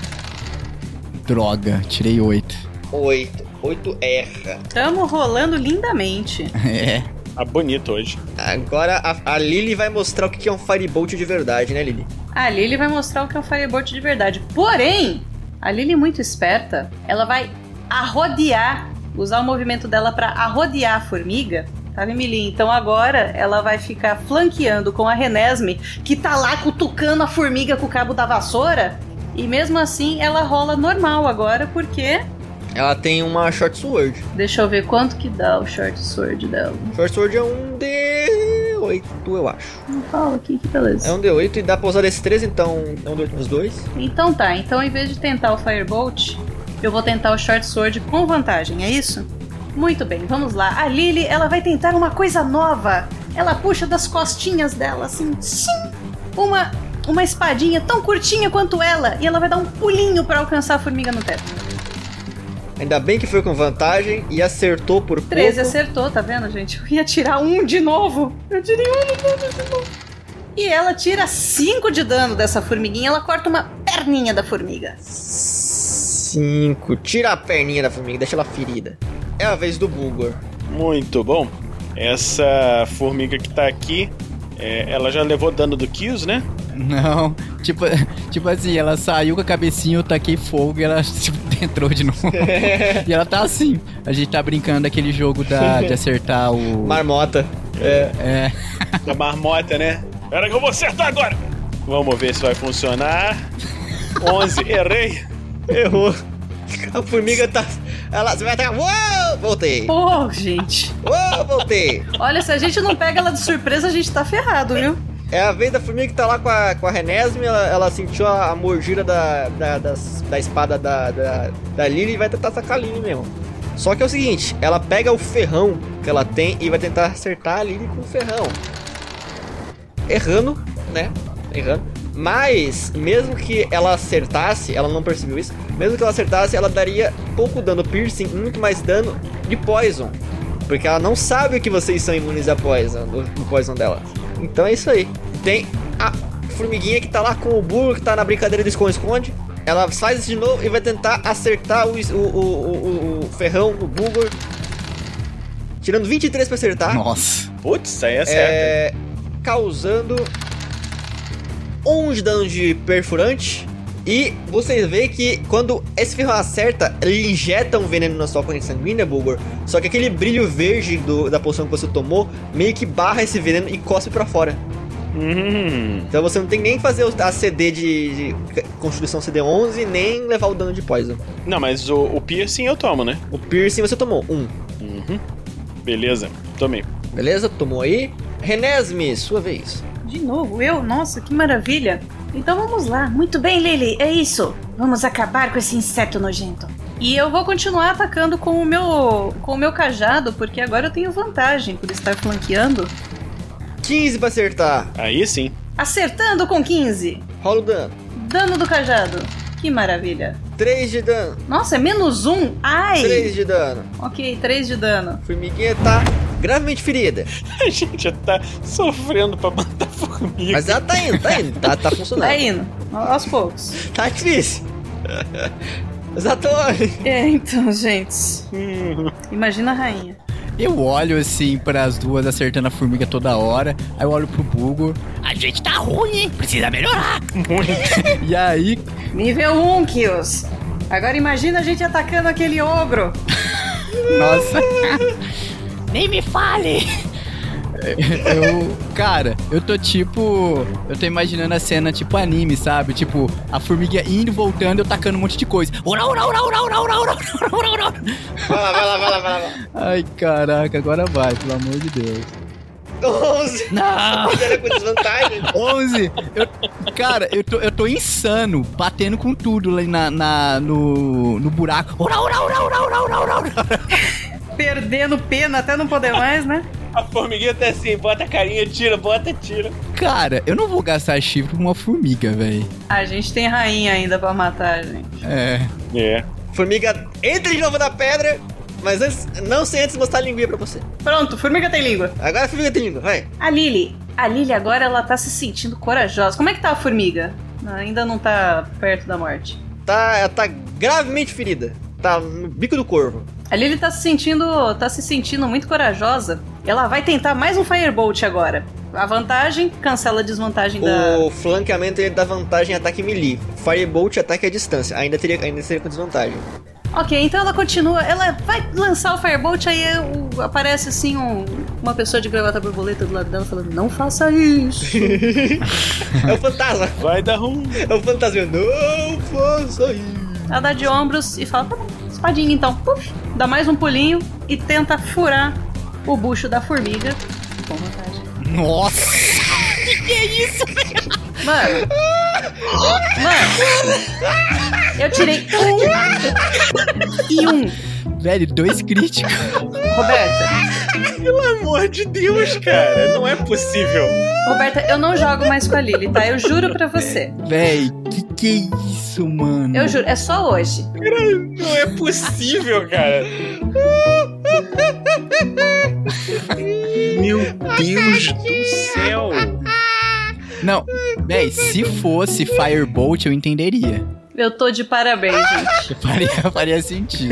Droga, tirei 8. 8 erra. Tamo rolando lindamente. É. Tá bonito hoje. Agora a Lily vai mostrar o que é um Firebolt de verdade, né, Lily? A Lily vai mostrar o que é um Firebolt de verdade. Porém, a Lily muito esperta, ela vai usar o movimento dela pra arrodear a formiga. Tava em melee. Então agora ela vai ficar flanqueando com a Renesme, que tá lá cutucando a formiga com o cabo da vassoura. E mesmo assim ela rola normal agora, porque... ela tem uma Short Sword. Deixa eu ver quanto que dá o Short Sword dela. Short Sword é um D8, eu acho. Não fala aqui, que beleza. É um D8 e dá pra usar esse 3, então é um D8 nos dois. Então tá, então em vez de tentar o Firebolt, eu vou tentar o Short Sword com vantagem, é isso? Muito bem, vamos lá. A Lily, ela vai tentar uma coisa nova. Ela puxa das costinhas dela, assim, uma espadinha tão curtinha quanto ela, e ela vai dar um pulinho pra alcançar a formiga no teto. Ainda bem que foi com vantagem e acertou por 13 pouco. acertou, tá vendo, gente? Eu ia tirar 1 de novo. Eu tirei 1 de novo. E ela tira 5 de dano dessa formiguinha. Ela corta uma perninha da formiga. 5. Tira a perninha da formiga, deixa ela ferida. É a vez do Bulgor. Muito bom. Essa formiga que tá aqui, ela já levou dano do Kills, né? Não, tipo assim, ela saiu com a cabecinha, eu taquei fogo e ela entrou de novo. E ela tá assim. A gente tá brincando daquele jogo de acertar o... marmota. É. Da marmota, né? Pera que eu vou acertar agora. Vamos ver se vai funcionar. 11, errei. Errou. A formiga tá... você vai atacar... Uou! Voltei. Pô, gente. Uou, voltei. Olha, se a gente não pega ela de surpresa, a gente tá ferrado, viu? É a vez da formiga que tá lá com a Renesme, ela sentiu a mordida da espada da Lily e vai tentar atacar a Lily mesmo. Só que é o seguinte, ela pega o ferrão que ela tem e vai tentar acertar a Lily com o ferrão. Errando, né? Mas, mesmo que ela acertasse, ela não percebeu isso, mesmo que ela acertasse, ela daria pouco dano piercing, muito mais dano de poison. Porque ela não sabe que vocês são imunes a poison, do poison dela. Então é isso aí. Tem a formiguinha que tá lá com o burro, que tá na brincadeira de esconde-esconde. Ela faz isso de novo e vai tentar acertar o ferrão no Bulgor. Tirando 23 pra acertar. Nossa. Putz, isso aí é certo. Causando 1 de dano de perfurante. E você vê que quando esse ferro acerta, ele injeta um veneno na sua corrente sanguínea, Bulgor. Só que aquele brilho verde da poção que você tomou meio que barra esse veneno e cospe pra fora. Então você não tem nem que fazer a CD de Constituição CD11, nem levar o dano de Poison. Não, mas o piercing eu tomo, né? O piercing você tomou, 1. Beleza, tomei. Beleza, tomou aí. Renesme, sua vez. De novo, eu? Nossa, que maravilha. Então vamos lá. Muito bem, Lily, é isso. Vamos acabar com esse inseto nojento. E eu vou continuar atacando com o meu cajado, porque agora eu tenho vantagem por estar flanqueando. 15 pra acertar. Aí sim. Acertando com 15. Rola o dano. Dano do cajado. Que maravilha. 3 de dano. Nossa, é -1? Ai! 3 de dano. Ok, 3 de dano. Formiguinha tá gravemente ferida. A gente já tá sofrendo pra matar formiga. Mas ela tá indo. Tá funcionando. Tá indo, aos poucos. Tá difícil. Exatamente. Então, gente. Imagina a rainha. Eu olho assim pras duas acertando a formiga toda hora. Aí eu olho pro Bulgor. A gente tá ruim, hein? Precisa melhorar. E aí... Nível 1, Kills. Agora imagina a gente atacando aquele ogro. Nossa. Nem me fale. Cara, eu tô imaginando a cena tipo anime, sabe? Tipo, a formiga indo e voltando, eu tacando um monte de coisa. Ura, ura, ura, ura, ura, ura, ura, ura, ura. Vai lá. Ai, caraca, agora vai, pelo amor de Deus. 11. Não. Era com desvantagem. 11. Cara, eu tô insano, batendo com tudo ali no buraco. Ura, ura, ura, ura, ura, ura, ura. Perdendo pena até não poder mais, né? A formiguinha tá assim, bota a carinha, tira. Cara, eu não vou gastar chifre com uma formiga, velho. A gente tem rainha ainda pra matar, gente. É. Formiga entra de novo na pedra, mas não sem antes mostrar a linguinha pra você. Pronto, formiga tem língua. Agora a formiga tem língua, vai. A Lily agora ela tá se sentindo corajosa. Como é que tá a formiga? Ainda não tá perto da morte. Ela tá gravemente ferida. Tá no bico do corvo. A Lily tá se sentindo muito corajosa. Ela vai tentar mais um Firebolt agora. A vantagem cancela a desvantagem da... O flanqueamento ele dá vantagem em ataque melee. Firebolt ataque à distância. Ainda seria com desvantagem. Ok, então ela continua. Ela vai lançar o Firebolt, aí aparece assim uma pessoa de gravata borboleta do lado dela falando: não faça isso. É o fantasma. Vai dar ruim. É o fantasma. Não faça isso. Ela dá de ombros e fala: tá bom, espadinha então. Puf, dá mais um pulinho e tenta furar o bucho da formiga. Com vantagem. Nossa! Que é isso? Mano, eu tirei 1 e 1. Velho, 2 críticos. Roberta. Pelo amor de Deus, cara. Não é possível. Roberta, eu não jogo mais com a Lily, tá? Eu juro pra você. Véi, que é isso, mano? Eu juro, é só hoje. Cara, não é possível, cara. Meu Deus do céu. Não, véi, se fosse Firebolt eu entenderia. Eu tô de parabéns, gente. Faria sentido.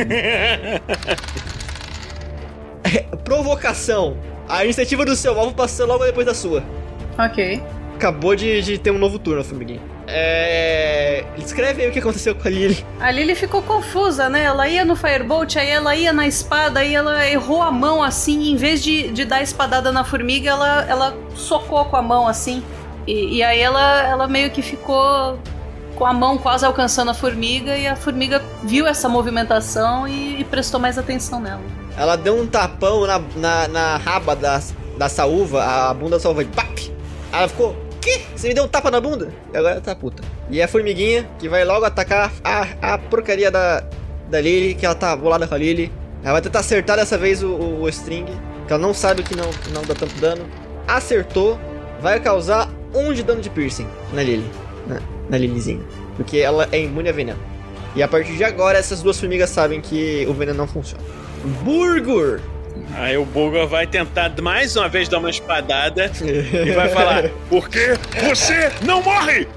Provocação. A iniciativa do seu alvo passa logo depois da sua. Ok. Acabou de ter um novo turno, formiguinha. Descreve aí o que aconteceu com a Lily. A Lily ficou confusa, né? Ela ia no Firebolt, aí ela ia na espada, aí ela errou a mão assim. Em vez de dar a espadada na formiga, ela socou com a mão assim. E aí ela meio que ficou com a mão quase alcançando a formiga, e a formiga viu essa movimentação e prestou mais atenção nela. Ela deu um tapão na raba da saúva, a bunda da saúva de pap! Ela ficou: que? Você me deu um tapa na bunda? E agora tá puta. E a formiguinha, que vai logo atacar a porcaria da Lily, que ela tá bolada com a Lily. Ela vai tentar acertar dessa vez o string, que ela não sabe que não dá tanto dano. Acertou, vai causar 1 de dano de piercing na Lily. Na Lilyzinha. Porque ela é imune a veneno. E a partir de agora, essas duas formigas sabem que o veneno não funciona. Bulgor! Aí o Bulgor vai tentar mais uma vez dar uma espadada e vai falar: por que você não morre?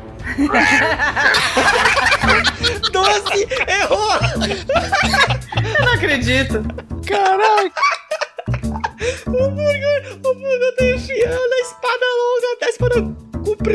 12! Errou! Eu não acredito. Caraca! O Bulgor tá enfiando a espada longa, a espada comprida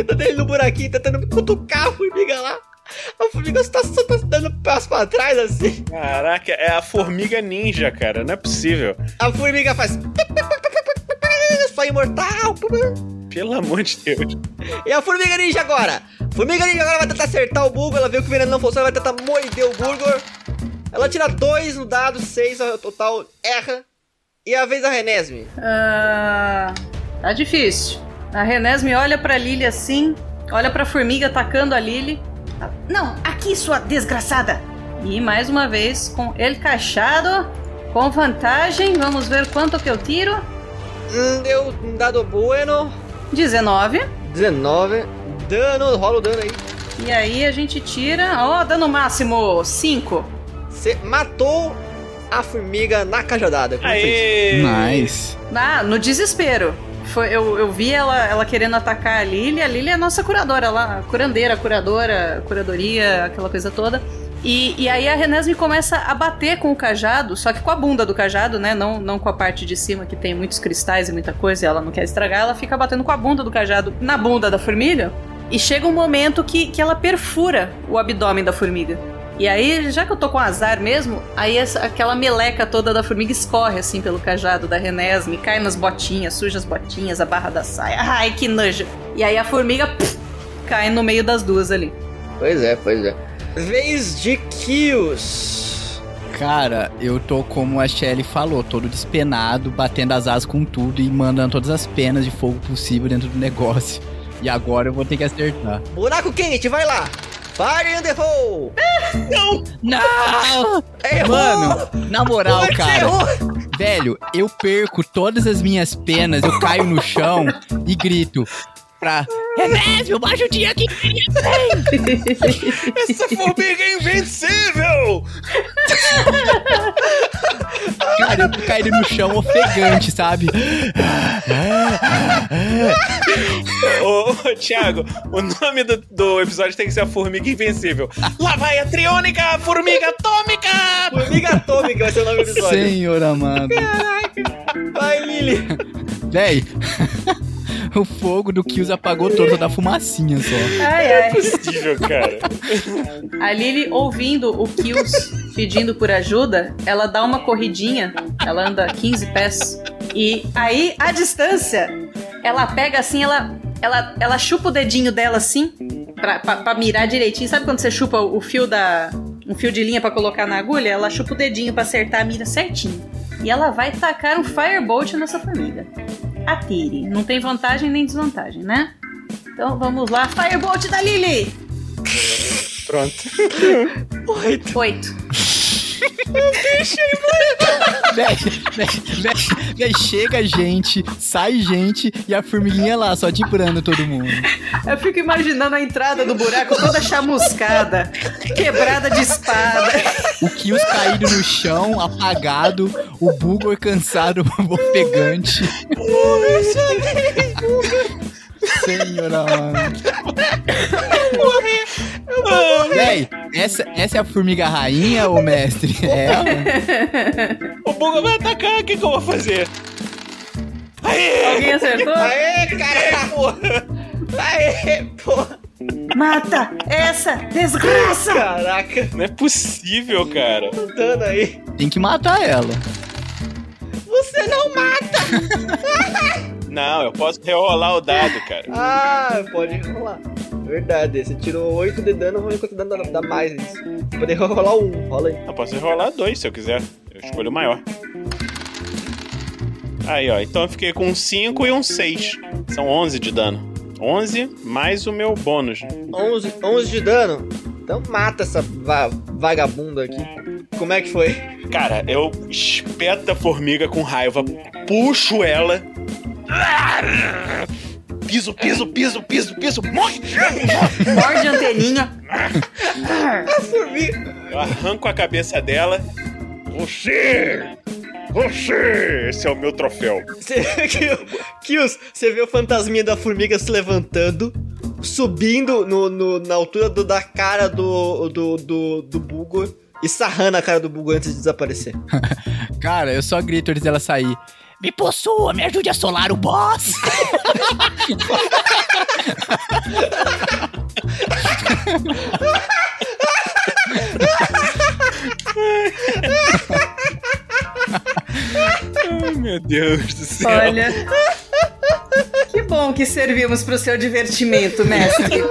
grudando ele no buraquinho, tentando cutucar a formiga lá. A formiga só tá dando passo pra trás, assim. Caraca, é a formiga ninja, cara. Não é possível. A formiga faz... Só imortal. Pelo amor de Deus. E a formiga ninja agora? A formiga ninja agora vai tentar acertar o Bulgor. Ela viu que o veneno não funciona, vai tentar morder o Bulgor. Ela tira 2 no dado, 6 no total, erra. E a vez da Renesme. Tá difícil. A Renesme olha pra Lily assim, olha pra formiga atacando a Lily. Não, aqui, sua desgraçada. E mais uma vez, com ele cachado, com vantagem, vamos ver quanto que eu tiro. Deu um dado bueno. 19. Dano, rola o dano aí. E aí a gente tira, dano máximo, 5. Você matou a formiga na cajadada. Aê! Nice. No desespero. Eu vi ela querendo atacar a Lily é a nossa curadora lá, curadoria, aquela coisa toda. E aí a Renesme começa a bater com o cajado, só que com a bunda do cajado, né? Não com a parte de cima que tem muitos cristais e muita coisa e ela não quer estragar, ela fica batendo com a bunda do cajado na bunda da formiga. E chega um momento que ela perfura o abdômen da formiga. E aí, já que eu tô com azar mesmo, aí aquela meleca toda da formiga escorre assim pelo cajado da Renesme, cai nas botinhas, suja as botinhas, a barra da saia. Ai, que nojo! E aí a formiga cai no meio das duas ali. Pois é. Vez de Kills. Cara, eu tô como a Shelly falou, todo despenado, batendo as asas com tudo e mandando todas as penas de fogo possível dentro do negócio. E agora eu vou ter que acertar. Buraco quente, vai lá! Fire in the hole! Não! Errou! Mano, na moral, Como é que cara, errou? velho, eu perco todas as minhas penas, eu caio no chão e grito pra... Renesme, o macho tinha que... Essa formiga é invencível! Cara, eu tô caindo no chão ofegante, sabe? Ô, Thiago, o nome do episódio tem que ser a Formiga Invencível. Lá vai a Triônica, Formiga Atômica! Formiga Atômica vai ser o nome do episódio. Senhor amado. Caraca. Vai, Lily. Véi, o fogo do Kills apagou todo da fumacinha só. Ai. Não é possível, cara. A Lily, ouvindo o Kills pedindo por ajuda, ela dá uma corridinha, ela anda 15 pés. E aí, à distância, ela pega assim, ela chupa o dedinho dela assim, pra mirar direitinho. Sabe quando você chupa um fio de linha pra colocar na agulha? Ela chupa o dedinho pra acertar a mira certinho. E ela vai tacar um Firebolt nessa formiga. Atire. Não tem vantagem nem desvantagem, né? Então vamos lá. Firebolt da Lily! Pronto. 8. Véi, chega gente, sai gente e a formiguinha lá, só dibrando todo mundo. Eu fico imaginando a entrada do buraco toda chamuscada, quebrada de espada. O Kills caído no chão, apagado, o Bulgor cansado, ofegante. Senhor amado. Véi, essa é a formiga rainha, ô mestre? É ela? O Bulga vai atacar, o que eu vou fazer? Aê! Alguém acertou? Aê, caralho, porra! Aê, porra! Mata essa desgraça! Caraca, Não é possível, cara. dano aí. Tem que matar ela. Você não mata! Não, eu posso rerolar o dado, cara. Ah, pode rolar. Verdade, você tirou 8 de dano, vamos ver quanto dano dá mais isso. Você pode rolar 1, rola aí. Eu posso rerolar 2 se eu quiser. Eu escolho o maior. Aí, ó. Então eu fiquei com um 5 e um 6. São 11 de dano. 11 mais o meu bônus. 11 de dano? Então mata essa vagabunda aqui. Como é que foi? Cara, eu espeto a formiga com raiva, puxo ela. Piso, morre! Morde a anteninha. A formiga. Eu arranco a cabeça dela. Você! Esse é o meu troféu. Kills, você vê o fantasminha da formiga se levantando, subindo na altura da cara do Bulgor e sarrando a cara do Bulgor antes de desaparecer. Cara, eu só grito antes dela sair. Me possua, me ajude a solar o boss. Ai, meu Deus do céu. Olha, que bom que servimos pro seu divertimento, mestre.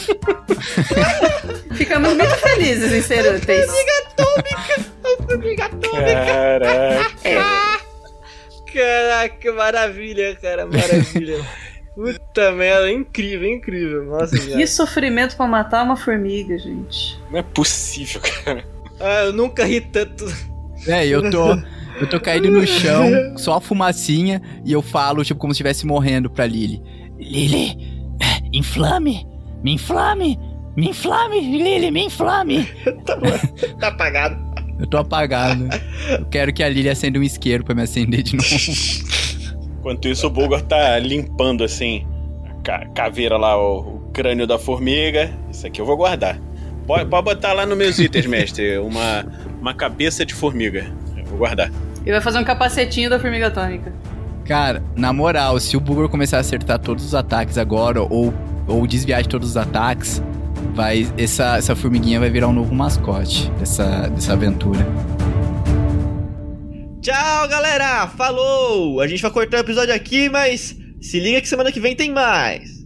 Ficamos muito felizes em ser úteis. Formiga atômica. Caraca. Caraca, maravilha, cara, maravilha. Puta merda, incrível, incrível. Nossa, Que sofrimento pra matar uma formiga, gente. Não é possível, cara. eu nunca ri tanto. Eu tô caído no chão, só a fumacinha, e eu falo, tipo, como se estivesse morrendo pra Lily. Lily, inflame, me inflame, Lily, me inflame. Tá apagado. Eu tô apagado. Eu quero que a Lily acenda um isqueiro pra me acender de novo. Enquanto isso, o Bulgor tá limpando, assim, a caveira lá, o crânio da formiga. Isso aqui eu vou guardar. Pode botar lá nos meus itens, mestre. Uma cabeça de formiga. Eu vou guardar. E vai fazer um capacetinho da formiga atômica. Cara, na moral, se o Bulgor começar a acertar todos os ataques agora, ou desviar de todos os ataques, essa formiguinha vai virar um novo mascote dessa aventura. Tchau, galera! Falou! A gente vai cortar o episódio aqui, mas se liga que semana que vem tem mais.